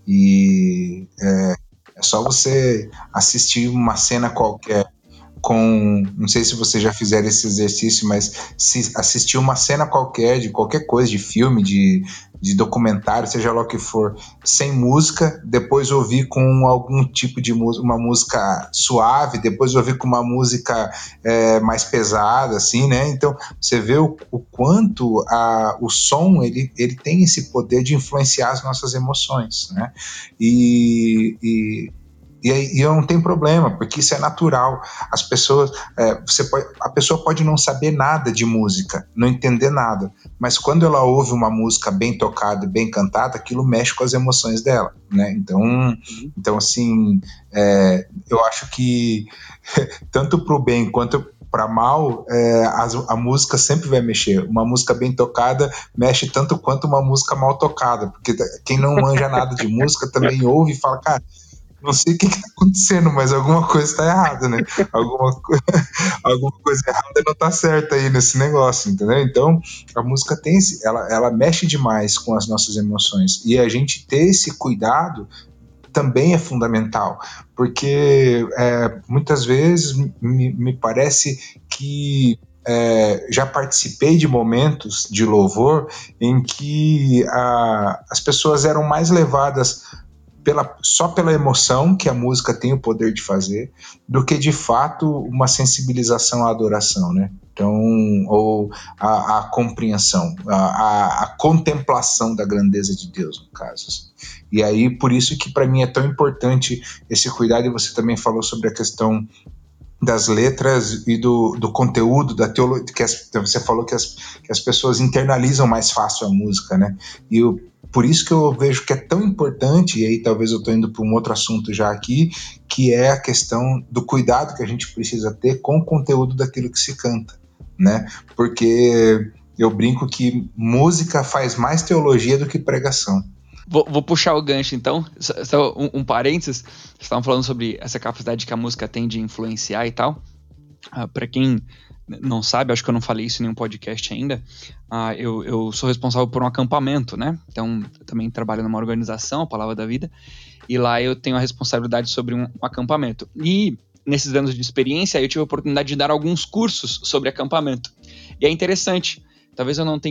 E é só você assistir uma cena qualquer não sei se vocês já fizeram esse exercício, mas se assistir uma cena qualquer, de qualquer coisa, de filme, de documentário, seja lá o que for, sem música, depois ouvir com algum tipo de música, uma música suave, depois ouvir com uma música mais pesada, assim, né? Então, você vê o quanto o som, ele tem esse poder de influenciar as nossas emoções, né? E E não tem problema, porque isso é natural. As pessoas, a pessoa pode não saber nada de música, não entender nada, mas quando ela ouve uma música bem tocada, bem cantada, aquilo mexe com as emoções dela, né? Então assim, eu acho que tanto para o bem quanto para mal, a música sempre vai mexer. Uma música bem tocada mexe tanto quanto uma música mal tocada, porque quem não manja nada de música também ouve e fala, cara, não sei o que está acontecendo, mas alguma coisa está errada, né? Alguma coisa errada não está certa aí nesse negócio, entendeu? Então, a música tem ela mexe demais com as nossas emoções. E a gente ter esse cuidado também é fundamental, porque muitas vezes me parece que já participei de momentos de louvor em que as pessoas eram mais levadas só pela emoção que a música tem o poder de fazer, do que de fato uma sensibilização à adoração, né? Então, ou a compreensão, a contemplação da grandeza de Deus, no caso. E aí, por isso que para mim é tão importante esse cuidado, e você também falou sobre a questão das letras e do conteúdo, da teologia, que você falou que as pessoas internalizam mais fácil a música, né? E por isso que eu vejo que é tão importante, e aí talvez eu estou indo para um outro assunto já aqui, que é a questão do cuidado que a gente precisa ter com o conteúdo daquilo que se canta, né? Porque eu brinco que música faz mais teologia do que pregação. Vou puxar o gancho, então. Só um parênteses. Vocês estavam falando sobre essa capacidade que a música tem de influenciar e tal. Para quem não sabe, acho que eu não falei isso em nenhum podcast ainda, eu sou responsável por um acampamento, né? Então, eu também trabalho numa organização, a Palavra da Vida, e lá eu tenho a responsabilidade sobre um acampamento. E nesses anos de experiência, eu tive a oportunidade de dar alguns cursos sobre acampamento. E é interessante. Talvez eu não tenha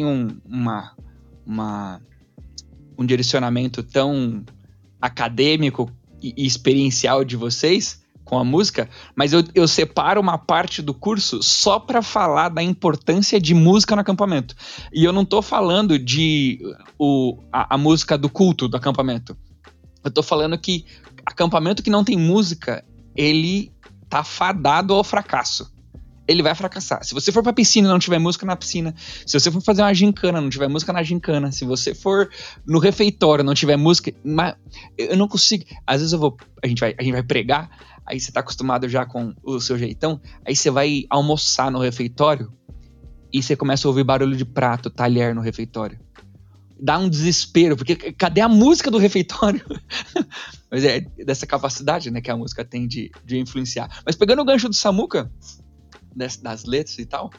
um direcionamento tão acadêmico e experiencial de vocês com a música, mas eu separo uma parte do curso só para falar da importância de música no acampamento. E eu não tô falando de a música do culto do acampamento. Eu tô falando que acampamento que não tem música, ele tá fadado ao fracasso. Ele vai fracassar. Se você for pra piscina e não tiver música na piscina, se você for fazer uma gincana, não tiver música na gincana, se você for no refeitório, não tiver música, mas eu não consigo. Às vezes a gente vai pregar, aí você tá acostumado já com o seu jeitão, aí você vai almoçar no refeitório e você começa a ouvir barulho de prato, talher no refeitório. Dá um desespero, porque cadê a música do refeitório? Mas é dessa capacidade, né, que a música tem de influenciar. Mas pegando o gancho do Samuca, das letras e tal,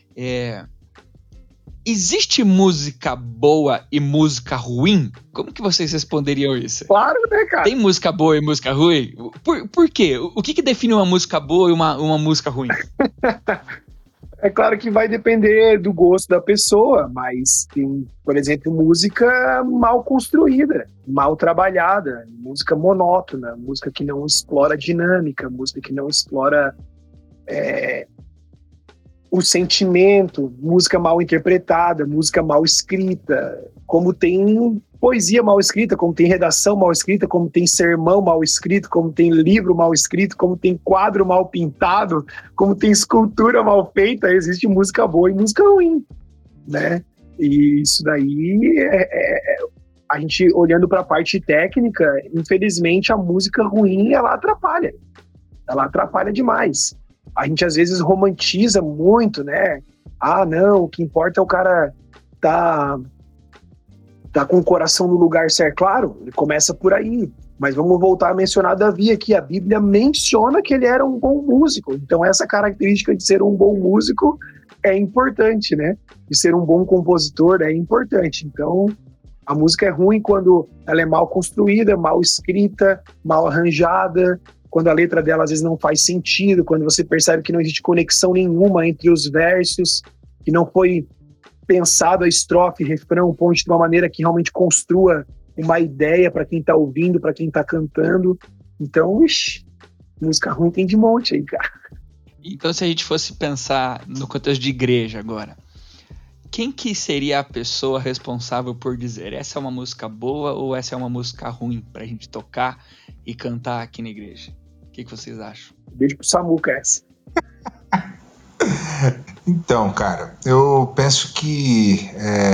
existe música boa e música ruim? Como que vocês responderiam isso? Claro, né, cara? Tem música boa e música ruim? Por quê? O que define uma música boa e uma música ruim? É claro que vai depender do gosto da pessoa, mas tem, por exemplo, música mal construída, mal trabalhada, música monótona, música que não explora dinâmica, música que não explora o sentimento, música mal interpretada, música mal escrita, como tem poesia mal escrita, como tem redação mal escrita, como tem sermão mal escrito, como tem livro mal escrito, como tem quadro mal pintado, como tem escultura mal feita. Existe música boa e música ruim, né? E isso daí a gente olhando para a parte técnica, infelizmente a música ruim ela atrapalha demais. A gente às vezes romantiza muito, né? Ah, não, o que importa é o cara tá com o coração no lugar certo. Claro, ele começa por aí. Mas vamos voltar a mencionar Davi aqui. A Bíblia menciona que ele era um bom músico. Então essa característica de ser um bom músico é importante, né? De ser um bom compositor é importante. Então a música é ruim quando ela é mal construída, mal escrita, mal arranjada, quando a letra dela às vezes não faz sentido, quando você percebe que não existe conexão nenhuma entre os versos, que não foi pensado a estrofe, refrão, ponte de uma maneira que realmente construa uma ideia para quem está ouvindo, para quem está cantando. Então, música ruim tem de monte aí, cara. Então, se a gente fosse pensar no contexto de igreja agora, quem que seria a pessoa responsável por dizer essa é uma música boa ou essa é uma música ruim pra gente tocar e cantar aqui na igreja? O que vocês acham? Beijo pro Samuca essa. Então, cara, eu penso que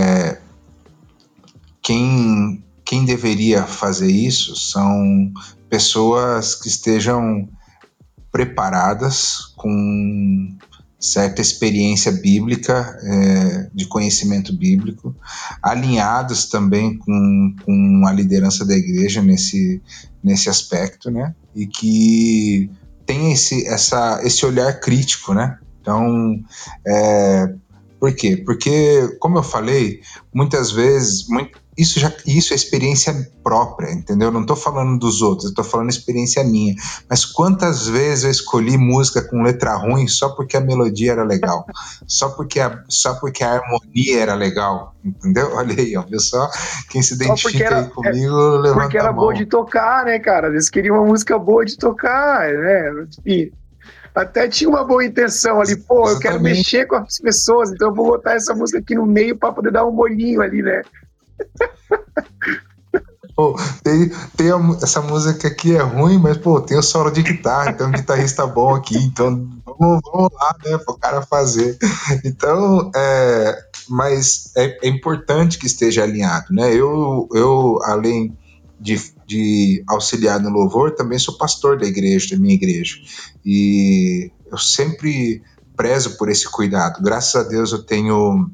quem deveria fazer isso são pessoas que estejam preparadas com certa experiência bíblica, de conhecimento bíblico, alinhados também com a liderança da igreja nesse aspecto, né? E que tem esse olhar crítico, né? Então, por quê? Porque, como eu falei, muitas vezes, isso é experiência própria, entendeu? Não estou falando dos outros, eu estou falando experiência minha. Mas quantas vezes eu escolhi música com letra ruim só porque a melodia era legal, só porque a harmonia era legal, entendeu? Olha aí, ó, viu só? Quem se identifica aí comigo, levanta a mão. Porque era boa de tocar, né, cara? Eles queriam uma música boa de tocar, né? E até tinha uma boa intenção ali, pô, eu quero mexer com as pessoas, então eu vou botar essa música aqui no meio para poder dar um molhinho ali, né? Pô, essa música aqui é ruim, mas pô, tem o solo de guitarra, tem um guitarrista bom aqui, então vamos lá, né, pro cara fazer. Então, mas é importante que esteja alinhado, né? Eu além de auxiliar no louvor, também sou pastor da minha igreja, e eu sempre prezo por esse cuidado. Graças a Deus eu tenho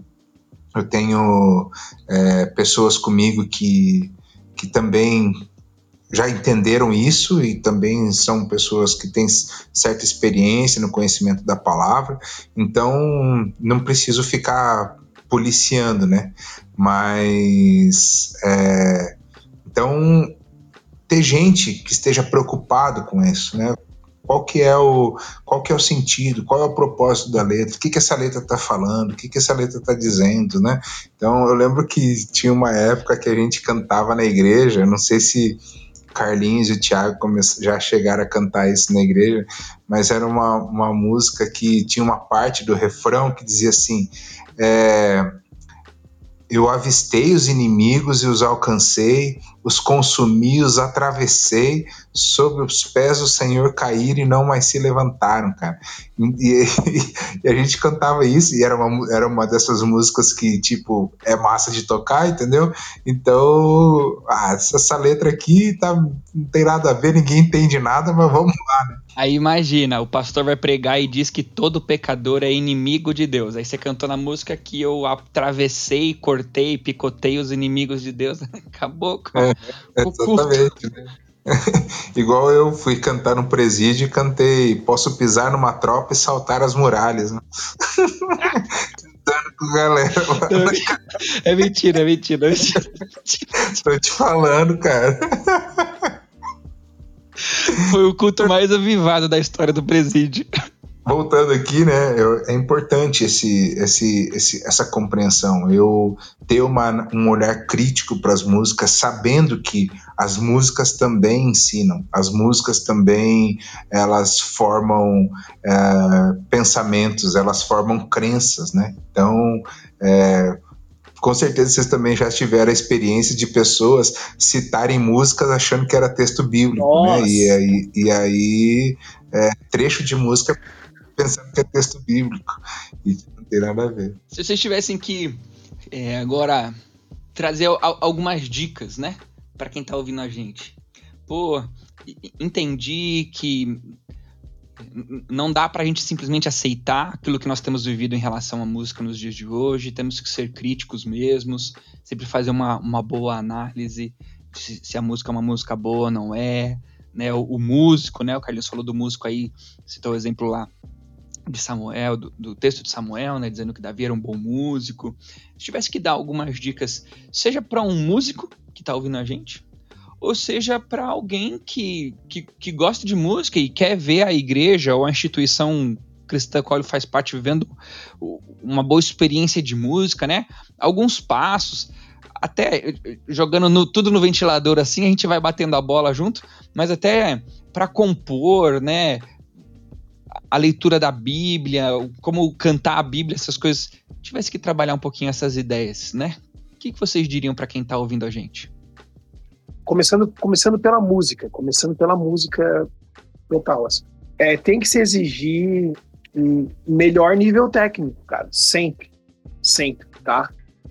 pessoas comigo que também já entenderam isso e também são pessoas que têm certa experiência no conhecimento da palavra, então não preciso ficar policiando, né? Mas então ter gente que esteja preocupado com isso, né? Qual que é o sentido, qual é o propósito da letra, o que essa letra está falando, o que essa letra está dizendo, né? Então eu lembro que tinha uma época que a gente cantava na igreja, não sei se Carlinhos e o Thiago já chegaram a cantar isso na igreja, mas era uma música que tinha uma parte do refrão que dizia assim, eu avistei os inimigos e os alcancei, os consumi, os atravessei, sobre os pés do Senhor caíram e não mais se levantaram, cara. E a gente cantava isso, e era uma dessas músicas que, tipo, é massa de tocar, entendeu? Então, essa letra aqui não tem nada a ver, ninguém entende nada, mas vamos lá, né? Aí imagina, o pastor vai pregar e diz que todo pecador é inimigo de Deus. Aí você cantou na música que eu atravessei, cortei, picotei os inimigos de Deus. Acabou com o culto. Exatamente, né? Igual eu fui cantar no presídio e cantei Posso pisar numa tropa e saltar as muralhas, né? Cantando com a galera lá. É mentira. Tô te falando, cara. Foi o culto mais avivado da história do presídio. Voltando aqui, né, é importante essa compreensão, eu ter um olhar crítico para as músicas, sabendo que as músicas também ensinam, as músicas também, elas formam pensamentos, elas formam crenças, né, então, com certeza vocês também já tiveram a experiência de pessoas citarem músicas achando que era texto bíblico, Nossa. né, e aí trecho de música pensando que é texto bíblico, e não tem nada a ver. Se vocês tivessem que agora trazer algumas dicas, né, para quem tá ouvindo a gente. Pô, entendi que não dá pra gente simplesmente aceitar aquilo que nós temos vivido em relação à música nos dias de hoje, temos que ser críticos mesmos, sempre fazer uma boa análise se a música é uma música boa ou não é, né, o músico, né, o Carlinhos falou do músico aí, citou o exemplo lá de Samuel, do texto de Samuel, né, dizendo que Davi era um bom músico. Se tivesse que dar algumas dicas, seja para um músico que está ouvindo a gente, ou seja para alguém que gosta de música e quer ver a igreja ou a instituição cristã a qual ele faz parte vivendo uma boa experiência de música, né? Alguns passos, até jogando tudo no ventilador assim, a gente vai batendo a bola junto, mas até para compor, né? a leitura da Bíblia, como cantar a Bíblia, essas coisas, tivesse que trabalhar um pouquinho essas ideias, né? O que vocês diriam para quem está ouvindo a gente? Começando pela música total. Assim. Tem que se exigir um melhor nível técnico, cara, sempre, tá?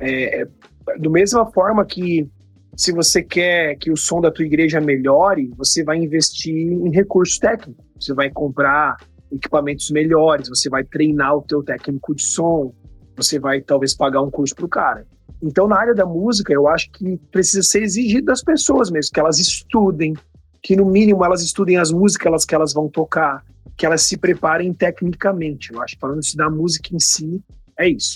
Da mesma forma que se você quer que o som da tua igreja melhore, você vai investir em recursos técnicos, você vai comprar equipamentos melhores, você vai treinar o teu técnico de som, você vai talvez pagar um curso pro cara. Então, na área da música, eu acho que precisa ser exigido das pessoas mesmo, que elas estudem, que no mínimo elas estudem as músicas que elas vão tocar, que elas se preparem tecnicamente. Eu acho que falando isso da música em si, é isso.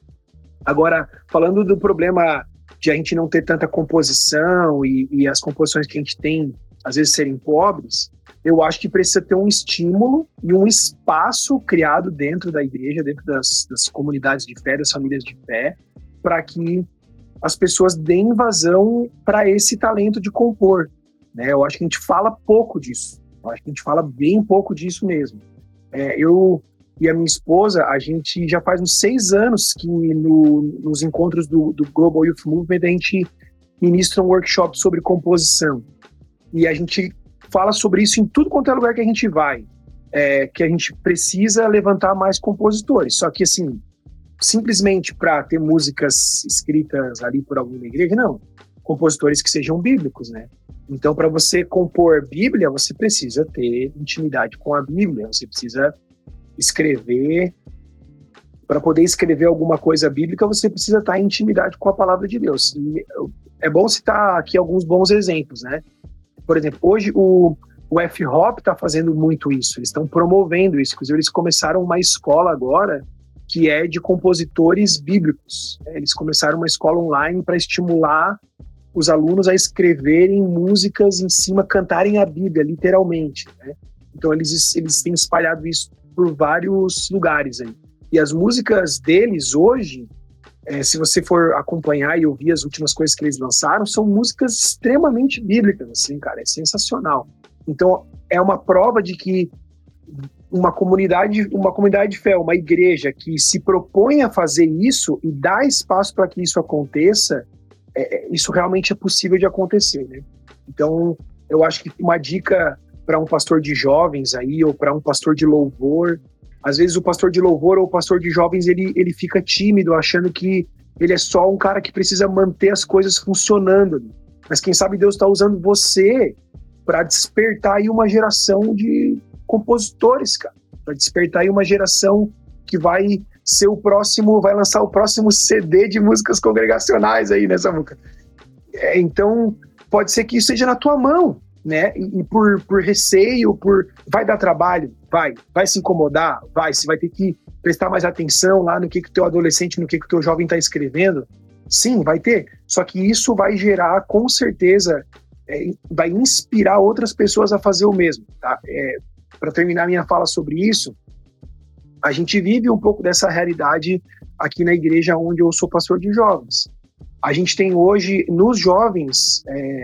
Agora, falando do problema de a gente não ter tanta composição e as composições que a gente tem, às vezes, serem pobres, eu acho que precisa ter um estímulo e um espaço criado dentro da igreja, dentro das comunidades de fé, das famílias de fé, para que as pessoas deem vazão para esse talento de compor. Né? Eu acho que a gente fala pouco disso. Eu acho que a gente fala bem pouco disso mesmo. Eu e a minha esposa, a gente já faz uns 6 anos que nos encontros do Global Youth Movement a gente ministra um workshop sobre composição. E a gente fala sobre isso em tudo quanto é lugar que a gente vai. Que a gente precisa levantar mais compositores. Só que, assim, simplesmente para ter músicas escritas ali por alguém da igreja, não. Compositores que sejam bíblicos, né? Então, para você compor Bíblia, você precisa ter intimidade com a Bíblia, você precisa escrever. Para poder escrever alguma coisa bíblica, você precisa estar em intimidade com a palavra de Deus. E é bom citar aqui alguns bons exemplos, né? Por exemplo, hoje o F-Hop está fazendo muito isso, eles estão promovendo isso. Inclusive, eles começaram uma escola agora que é de compositores bíblicos. Eles começaram uma escola online para estimular os alunos a escreverem músicas em cima, cantarem a Bíblia, literalmente. Né? Então, eles têm espalhado isso por vários lugares aí. E as músicas deles hoje, se você for acompanhar e ouvir as últimas coisas que eles lançaram, são músicas extremamente bíblicas, assim, cara, é sensacional. Então, é uma prova de que uma comunidade de fé, uma igreja que se propõe a fazer isso e dá espaço para que isso aconteça, isso realmente é possível de acontecer, né? Então, eu acho que uma dica para um pastor de jovens aí, ou para um pastor de louvor, às vezes o pastor de louvor ou o pastor de jovens, ele fica tímido, achando que ele é só um cara que precisa manter as coisas funcionando. Mas quem sabe Deus está usando você para despertar aí uma geração de compositores, cara. Para despertar aí uma geração que vai ser vai lançar o próximo CD de músicas congregacionais aí, né, Samuca? Então, pode ser que isso seja na tua mão, né? E por receio, vai dar trabalho, vai se incomodar, você vai ter que prestar mais atenção lá no que o teu adolescente, no que o teu jovem está escrevendo. Sim, vai ter. Só que isso vai gerar, com certeza, vai inspirar outras pessoas a fazer o mesmo, tá? Para terminar minha fala sobre isso, a gente vive um pouco dessa realidade aqui na igreja onde eu sou pastor de jovens. A gente tem hoje, nos jovens,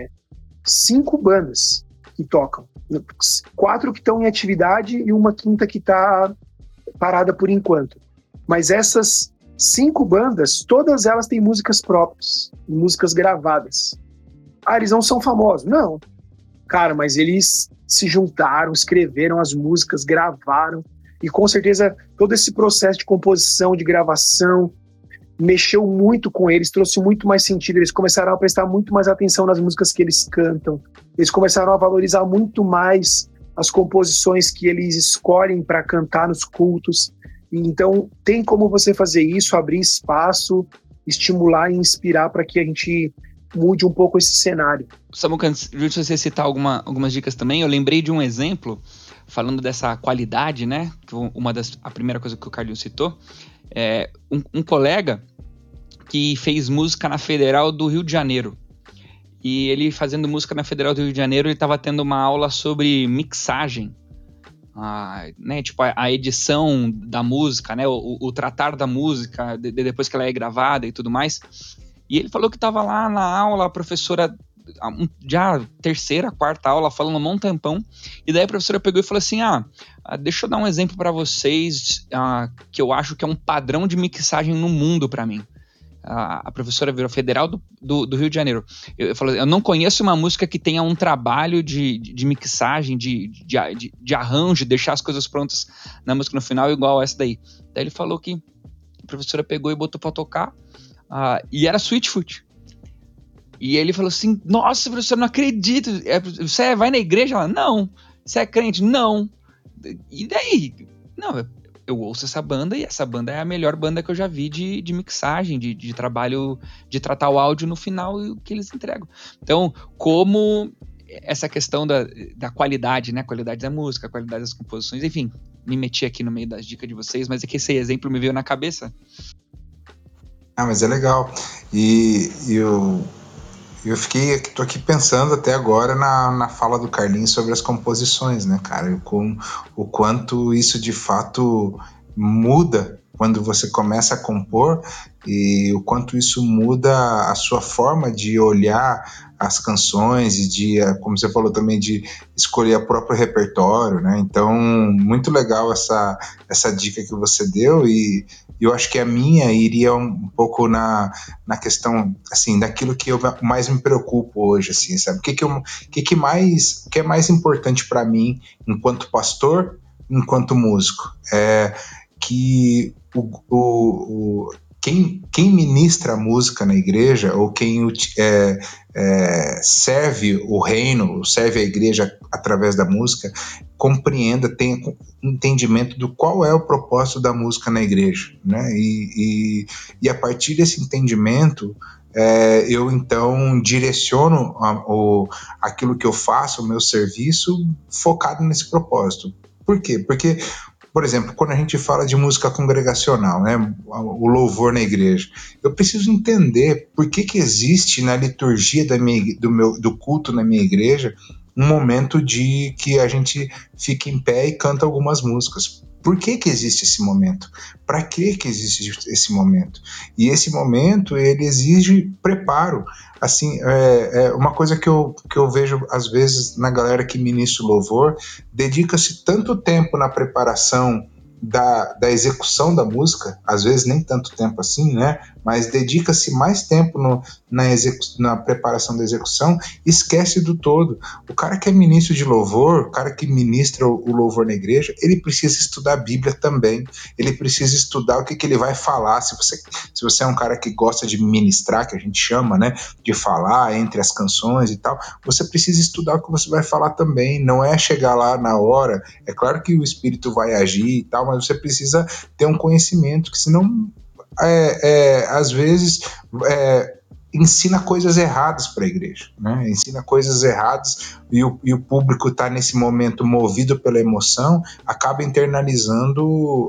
5 bandas que tocam. 4 que estão em atividade e uma 5ª que está parada por enquanto. Mas essas 5 bandas, todas elas têm músicas próprias, músicas gravadas. Eles não são famosos? Não. Cara, mas eles se juntaram, escreveram as músicas, gravaram, e com certeza todo esse processo de composição, de gravação, mexeu muito com eles, trouxe muito mais sentido. Eles começaram a prestar muito mais atenção nas músicas que eles cantam, eles começaram a valorizar muito mais as composições que eles escolhem para cantar nos cultos. Então, tem como você fazer isso, abrir espaço, estimular e inspirar para que a gente mude um pouco esse cenário. Samuca, antes de você citar algumas dicas também, eu lembrei de um exemplo, falando dessa qualidade, né? A primeira coisa que o Carlinhos citou, um colega que fez música na Federal do Rio de Janeiro. E ele fazendo música na Federal do Rio de Janeiro, ele estava tendo uma aula sobre mixagem, né, tipo a edição da música, né, o tratar da música depois que ela é gravada e tudo mais. E ele falou que estava lá na aula, a professora já terceira, quarta aula, falando um monte de tempão, e daí a professora pegou e falou assim, deixa eu dar um exemplo para vocês, que eu acho que é um padrão de mixagem no mundo para mim. A professora virou federal do Rio de Janeiro. Eu falei, eu não conheço uma música que tenha um trabalho de mixagem, de arranjo, deixar as coisas prontas na música no final igual essa daí. Daí ele falou que a professora pegou e botou pra tocar, e era Sweetfoot. E ele falou assim, nossa, professor, não acredito, você vai na igreja? Ela, não. Você é crente? Não. E daí? Não, eu ouço essa banda, e essa banda é a melhor banda que eu já vi de mixagem, de trabalho, de tratar o áudio no final e o que eles entregam. Então, como essa questão da qualidade, né? Qualidade da música, qualidade das composições, enfim, me meti aqui no meio das dicas de vocês, mas é que esse exemplo me veio na cabeça. Mas é legal. E eu tô aqui pensando até agora na fala do Carlinhos sobre as composições, né, cara? O quanto isso de fato muda quando você começa a compor, e o quanto isso muda a sua forma de olhar as canções e de, como você falou também, de escolher o próprio repertório, né? Então, muito legal essa dica que você deu, e eu acho que a minha iria um pouco na questão, assim, daquilo que eu mais me preocupo hoje, assim, sabe? O que é mais importante para mim enquanto pastor, enquanto músico? Que quem ministra a música na igreja, ou quem serve o reino, serve a igreja através da música, compreenda, tenha entendimento do qual é o propósito da música na igreja, né? E a partir desse entendimento, eu então direciono aquilo que eu faço, o meu serviço, focado nesse propósito. Por quê? Porque, por exemplo, quando a gente fala de música congregacional, né, o louvor na igreja, eu preciso entender por que existe na liturgia do culto na minha igreja um momento de que a gente fica em pé e canta algumas músicas. Por que existe esse momento? Para que existe esse momento? E esse momento, ele exige preparo. Assim, uma coisa que eu vejo às vezes na galera que ministra o louvor, dedica-se tanto tempo na preparação da execução da música, às vezes nem tanto tempo assim, né? Mas dedica-se mais tempo na preparação da execução, esquece do todo. O cara que é ministro de louvor, o cara que ministra o louvor na igreja, ele precisa estudar a Bíblia também, ele precisa estudar o que ele vai falar. Se você é um cara que gosta de ministrar, que a gente chama, né, de falar entre as canções e tal, você precisa estudar o que você vai falar também, não é chegar lá na hora. É claro que o Espírito vai agir e tal, mas você precisa ter um conhecimento, que senão às vezes ensina coisas erradas para a igreja, né? Ensina coisas erradas, e o público está nesse momento movido pela emoção, acaba internalizando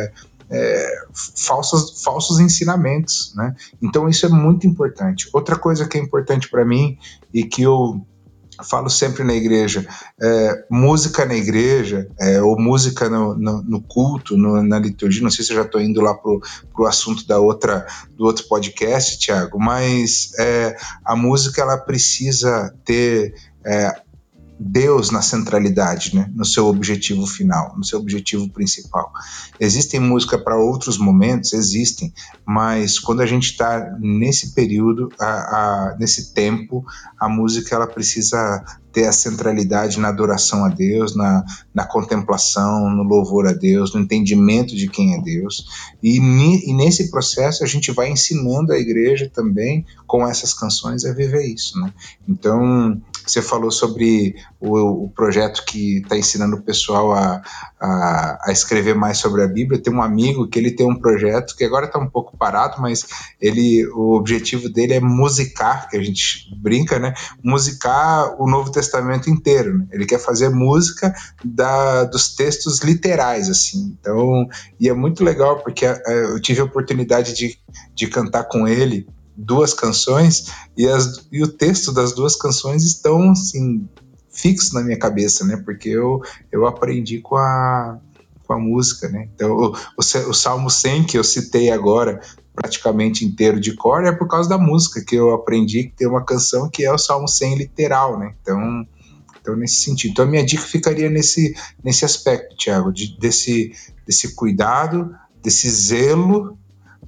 falsos ensinamentos, né? Então isso é muito importante. Outra coisa que é importante para mim, e que eu falo sempre na igreja, música na igreja, ou música no culto, na liturgia. Não sei se eu já estou indo lá pro assunto do outro podcast, Thiago, mas a música, ela precisa ter Deus na centralidade, né? No seu objetivo final, no seu objetivo principal. Existem música para outros momentos? Existem, mas quando a gente está nesse período, nesse tempo, a música, ela precisa ter a centralidade na adoração a Deus, na contemplação, no louvor a Deus, no entendimento de quem é Deus, e nesse processo a gente vai ensinando a igreja também, com essas canções, a viver isso, né? Então, você falou sobre o projeto que está ensinando o pessoal a escrever mais sobre a Bíblia. Tem um amigo que ele tem um projeto que agora está um pouco parado, mas o objetivo dele é musicar, que a gente brinca, né? Musicar o Novo Testamento inteiro, né? Ele quer fazer música dos textos literais, assim. Então, e é muito legal, porque eu tive a oportunidade de cantar com ele 2 canções, e o texto das 2 canções estão, assim, fixos na minha cabeça, né? Porque eu aprendi com a com a música, né? Então, o Salmo 100 que eu citei agora, praticamente inteiro de cor, é por causa da música que eu aprendi que tem uma canção que é o Salmo 100 literal, né? Então nesse sentido. Então, a minha dica ficaria nesse aspecto, Thiago, desse cuidado, desse zelo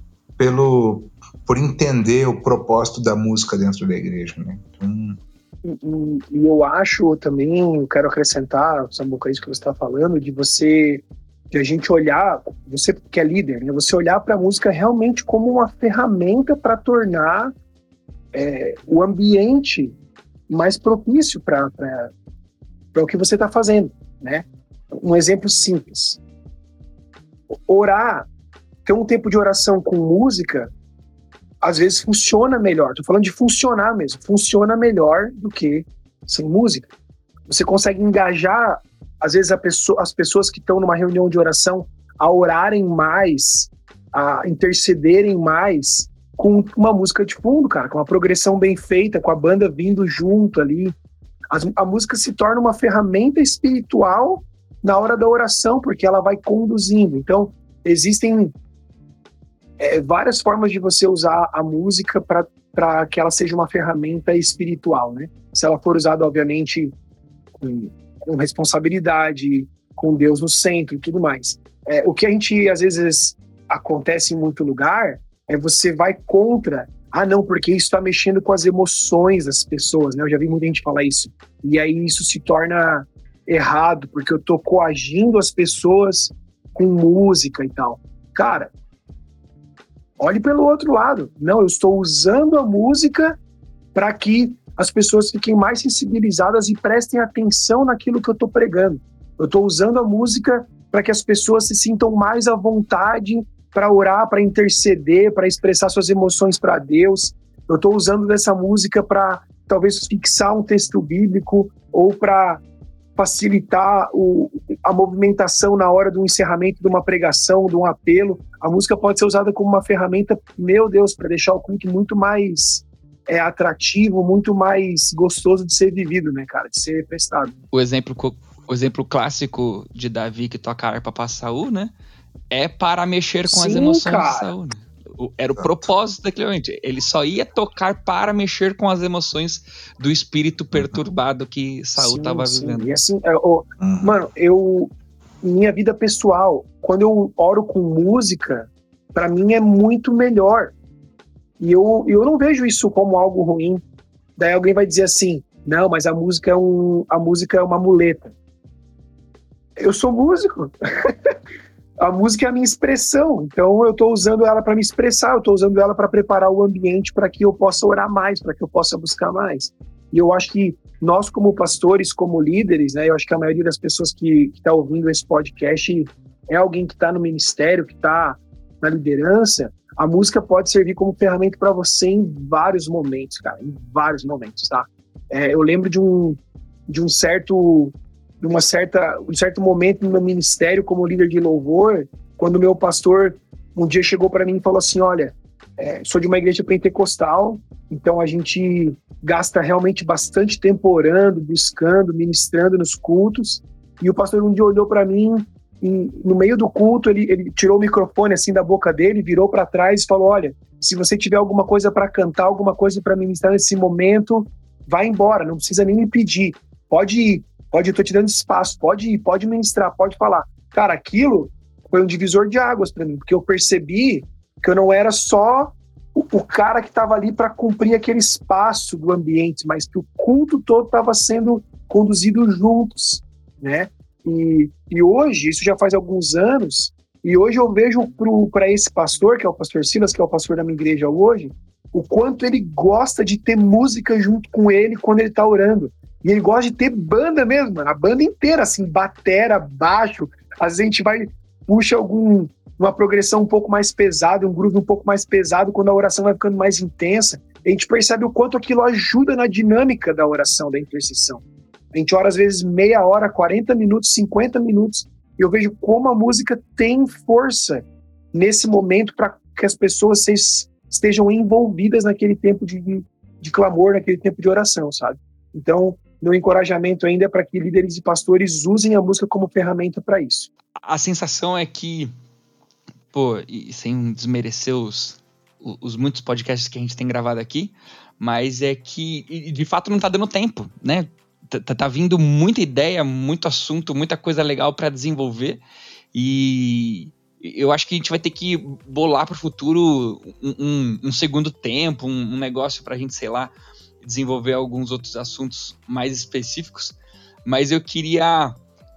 por entender o propósito da música dentro da igreja, né? Então... E eu acho também, quero acrescentar, Samuca, isso que você está falando, de a gente olhar, você que é líder, né, você olhar para a música realmente como uma ferramenta para tornar o ambiente mais propício para o que você está fazendo, né? Um exemplo simples. Orar, ter um tempo de oração com música, às vezes funciona melhor. Estou falando de funcionar mesmo. Funciona melhor do que sem música. Você consegue engajar, às vezes, as pessoas que estão numa reunião de oração a orarem mais, a intercederem mais com uma música de fundo, cara, com uma progressão bem feita, com a banda vindo junto ali. A música se torna uma ferramenta espiritual na hora da oração, porque ela vai conduzindo. Então, existem várias formas de você usar a música para que ela seja uma ferramenta espiritual, né? Se ela for usada, obviamente, com responsabilidade, com Deus no centro e tudo mais. O que a gente, às vezes, acontece em muito lugar, você vai contra... não, porque isso está mexendo com as emoções das pessoas, né? Eu já vi muita gente falar isso. E aí isso se torna errado, porque eu estou coagindo as pessoas com música e tal. Cara, olhe pelo outro lado. Não, eu estou usando a música para que as pessoas fiquem mais sensibilizadas e prestem atenção naquilo que eu estou pregando. Eu estou usando a música para que as pessoas se sintam mais à vontade para orar, para interceder, para expressar suas emoções para Deus. Eu estou usando dessa música para talvez fixar um texto bíblico ou para facilitar a movimentação na hora do encerramento de uma pregação, de um apelo. A música pode ser usada como uma ferramenta, meu Deus, para deixar o culto muito mais atrativo, muito mais gostoso de ser vivido, né, cara, de ser prestado. O exemplo clássico de Davi que toca a harpa para Saul, né? É para mexer com as emoções de Saul, né? Era o propósito daquele momento. Ele só ia tocar para mexer com as emoções do espírito perturbado que Saul estava vivendo. E assim, mano, minha vida pessoal, quando eu oro com música, para mim é muito melhor. E eu não vejo isso como algo ruim. Daí alguém vai dizer assim, não, mas a música é uma muleta. Eu sou músico. A música é a minha expressão, então eu estou usando ela para me expressar, eu estou usando ela para preparar o ambiente para que eu possa orar mais, para que eu possa buscar mais. E eu acho que nós, como pastores, como líderes, né, eu acho que a maioria das pessoas que está ouvindo esse podcast é alguém que está no ministério, que está na liderança. A música pode servir como ferramenta para você em vários momentos, cara, em vários momentos, tá? Eu lembro de um certo momento no meu ministério como líder de louvor, quando o meu pastor um dia chegou para mim e falou assim, olha, sou de uma igreja pentecostal, então a gente gasta realmente bastante tempo orando, buscando, ministrando nos cultos, e o pastor um dia olhou para mim e no meio do culto ele tirou o microfone assim da boca dele, virou para trás e falou, olha, se você tiver alguma coisa para cantar, alguma coisa para ministrar nesse momento, vai embora, não precisa nem me pedir, pode ir. Eu tô te dando espaço, pode ir, pode ministrar, pode falar. Cara, aquilo foi um divisor de águas para mim, porque eu percebi que eu não era só o cara que estava ali para cumprir aquele espaço do ambiente, mas que o culto todo estava sendo conduzido juntos, né? E hoje, isso já faz alguns anos, e hoje eu vejo para esse pastor, que é o pastor Silas, que é o pastor da minha igreja hoje, o quanto ele gosta de ter música junto com ele quando ele está orando. E ele gosta de ter banda mesmo, mano. A banda inteira, assim, batera, baixo. Às vezes a gente puxa uma progressão um pouco mais pesada, um groove um pouco mais pesado, quando a oração vai ficando mais intensa. A gente percebe o quanto aquilo ajuda na dinâmica da oração, da intercessão. A gente ora às vezes meia hora, 40 minutos, 50 minutos, e eu vejo como a música tem força nesse momento para que as pessoas estejam envolvidas naquele tempo de clamor, naquele tempo de oração, sabe? Então, meu encorajamento ainda é para que líderes e pastores usem a música como ferramenta para isso. A sensação é que, pô, e sem desmerecer os muitos podcasts que a gente tem gravado aqui, mas é que, de fato, não tá dando tempo, né? Tá vindo muita ideia, muito assunto, muita coisa legal para desenvolver, e eu acho que a gente vai ter que bolar para o futuro um segundo tempo, um negócio para a gente, sei lá, desenvolver alguns outros assuntos mais específicos, mas eu queria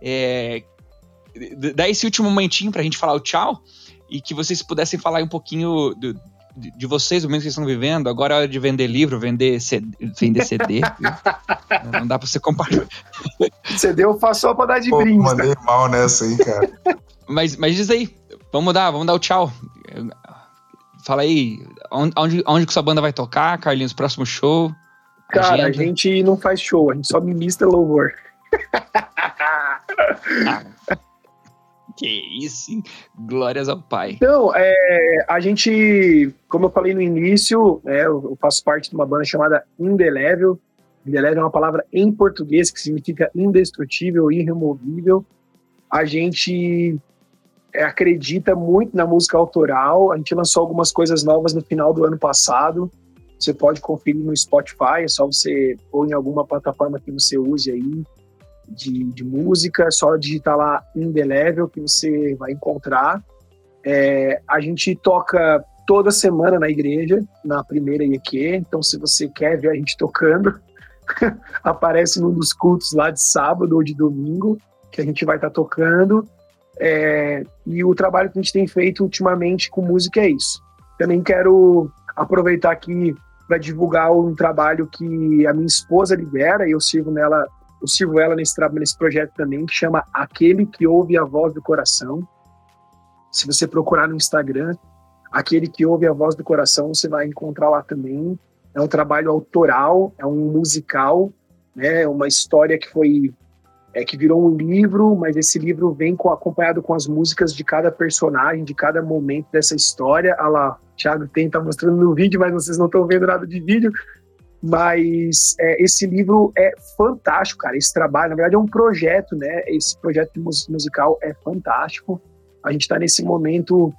dar esse último momentinho para a gente falar o tchau, e que vocês pudessem falar um pouquinho de vocês, do momento que vocês estão vivendo. Agora é hora de vender livro, vender CD. Não dá pra você comparar. CD eu faço só pra dar de brinde. Mandei mal nessa aí, cara. Mas diz aí, vamos dar o tchau. Fala aí, onde que sua banda vai tocar, Carlinhos, próximo show? Cara, agenda? A gente não faz show, a gente só ministra louvor. Que isso, hein? Glórias ao Pai. Então, a gente, como eu falei no início, eu faço parte de uma banda chamada Indelével. Indelével é uma palavra em português que significa indestrutível, irremovível. A gente acredita muito na música autoral. A gente lançou algumas coisas novas no final do ano passado. Você pode conferir no Spotify, é só você ou em alguma plataforma que você use aí de música, só digitar lá Indelével que você vai encontrar. A gente toca toda semana na igreja, na primeira IEQ, então se você quer ver a gente tocando, aparece num dos cultos lá de sábado ou de domingo, que a gente vai estar tocando. E o trabalho que a gente tem feito ultimamente com música é isso. Também quero aproveitar aqui para divulgar um trabalho que a minha esposa lidera, e eu sirvo ela nesse projeto também, que chama Aquele que Ouve a Voz do Coração. Se você procurar no Instagram, Aquele que Ouve a Voz do Coração, você vai encontrar lá também. É um trabalho autoral, é um musical, né? Uma história que virou um livro, mas esse livro vem acompanhado com as músicas de cada personagem, de cada momento dessa história. Olha lá, o Thiago tá mostrando no vídeo, mas vocês não estão vendo nada de vídeo. Mas esse livro é fantástico, cara. Esse trabalho, na verdade, é um projeto, né? Esse projeto musical é fantástico. A gente está nesse momento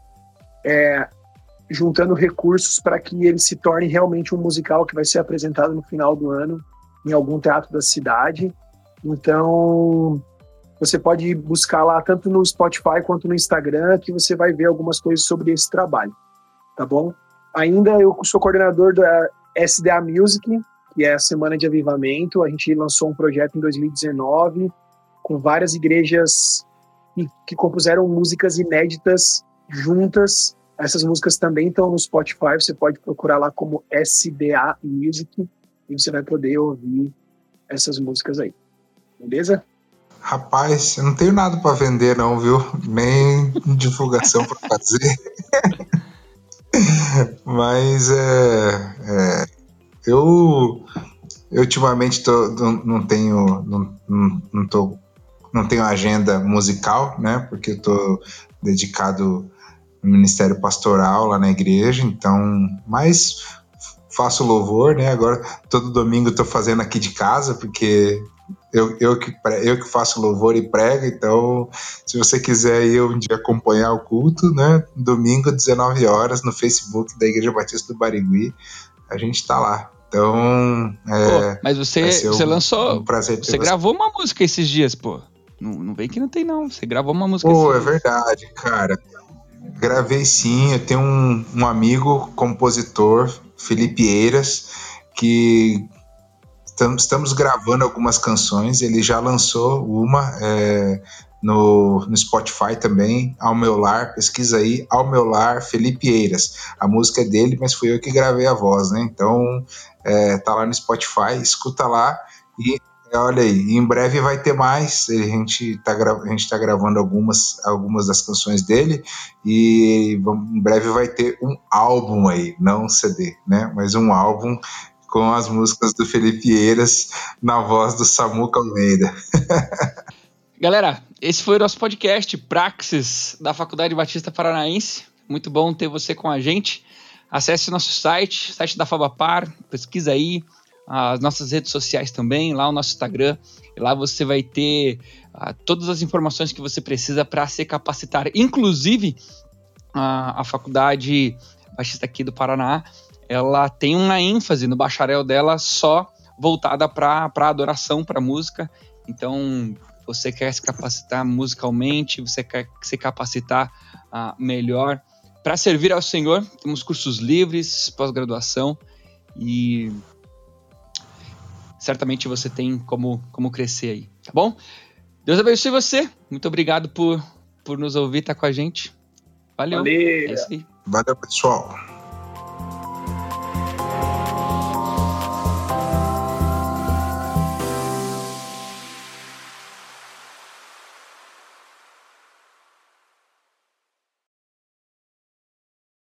juntando recursos para que ele se torne realmente um musical que vai ser apresentado no final do ano em algum teatro da cidade. Então, você pode buscar lá tanto no Spotify quanto no Instagram, que você vai ver algumas coisas sobre esse trabalho, tá bom? Ainda eu sou coordenador da SDA Music, que é a Semana de Avivamento. A gente lançou um projeto em 2019 com várias igrejas que compuseram músicas inéditas juntas. Essas músicas também estão no Spotify, você pode procurar lá como SDA Music e você vai poder ouvir essas músicas aí. Beleza? Rapaz, eu não tenho nada para vender não, viu? Nem divulgação para fazer. Mas eu ultimamente não tenho agenda musical, né? Porque eu tô dedicado no ministério pastoral lá na igreja, então, mas faço louvor, né? Agora todo domingo eu tô fazendo aqui de casa, porque eu que faço louvor e prego, então se você quiser aí um dia acompanhar o culto, né? Domingo, 19 horas, no Facebook da Igreja Batista do Barigui, a gente tá lá. Então, mas você lançou, um prazer ter você gravou uma música esses dias, pô. Não vem que não tem não, você gravou uma música esses dias. Verdade, cara. Gravei sim, eu tenho um amigo, compositor, Felipe Eiras, que estamos gravando algumas canções. Ele já lançou uma no Spotify também, Ao Meu Lar, pesquisa aí, Ao Meu Lar, Felipe Eiras. A música é dele, mas fui eu que gravei a voz, né? Então, tá lá no Spotify, escuta lá e olha aí, em breve vai ter mais. A gente tá gravando algumas das canções dele e em breve vai ter um álbum aí, não um CD, né? Mas um álbum com as músicas do Felipe Eiras na voz do Samuca Almeida. Galera, esse foi o nosso podcast Praxis da Faculdade Batista Paranaense. Muito bom ter você com a gente. Acesse o nosso site da Fabapar, pesquisa aí, as nossas redes sociais também, lá o nosso Instagram. E lá você vai ter todas as informações que você precisa para se capacitar. Inclusive, a Faculdade Batista aqui do Paraná, ela tem uma ênfase no bacharel dela só voltada para adoração, para música. Então, você quer se capacitar musicalmente, você quer se capacitar melhor para servir ao Senhor, temos cursos livres, pós-graduação, e certamente você tem como crescer aí, tá bom? Deus abençoe você, muito obrigado por nos ouvir, tá com a gente. Valeu. Valeu. É isso aí. Valeu, pessoal.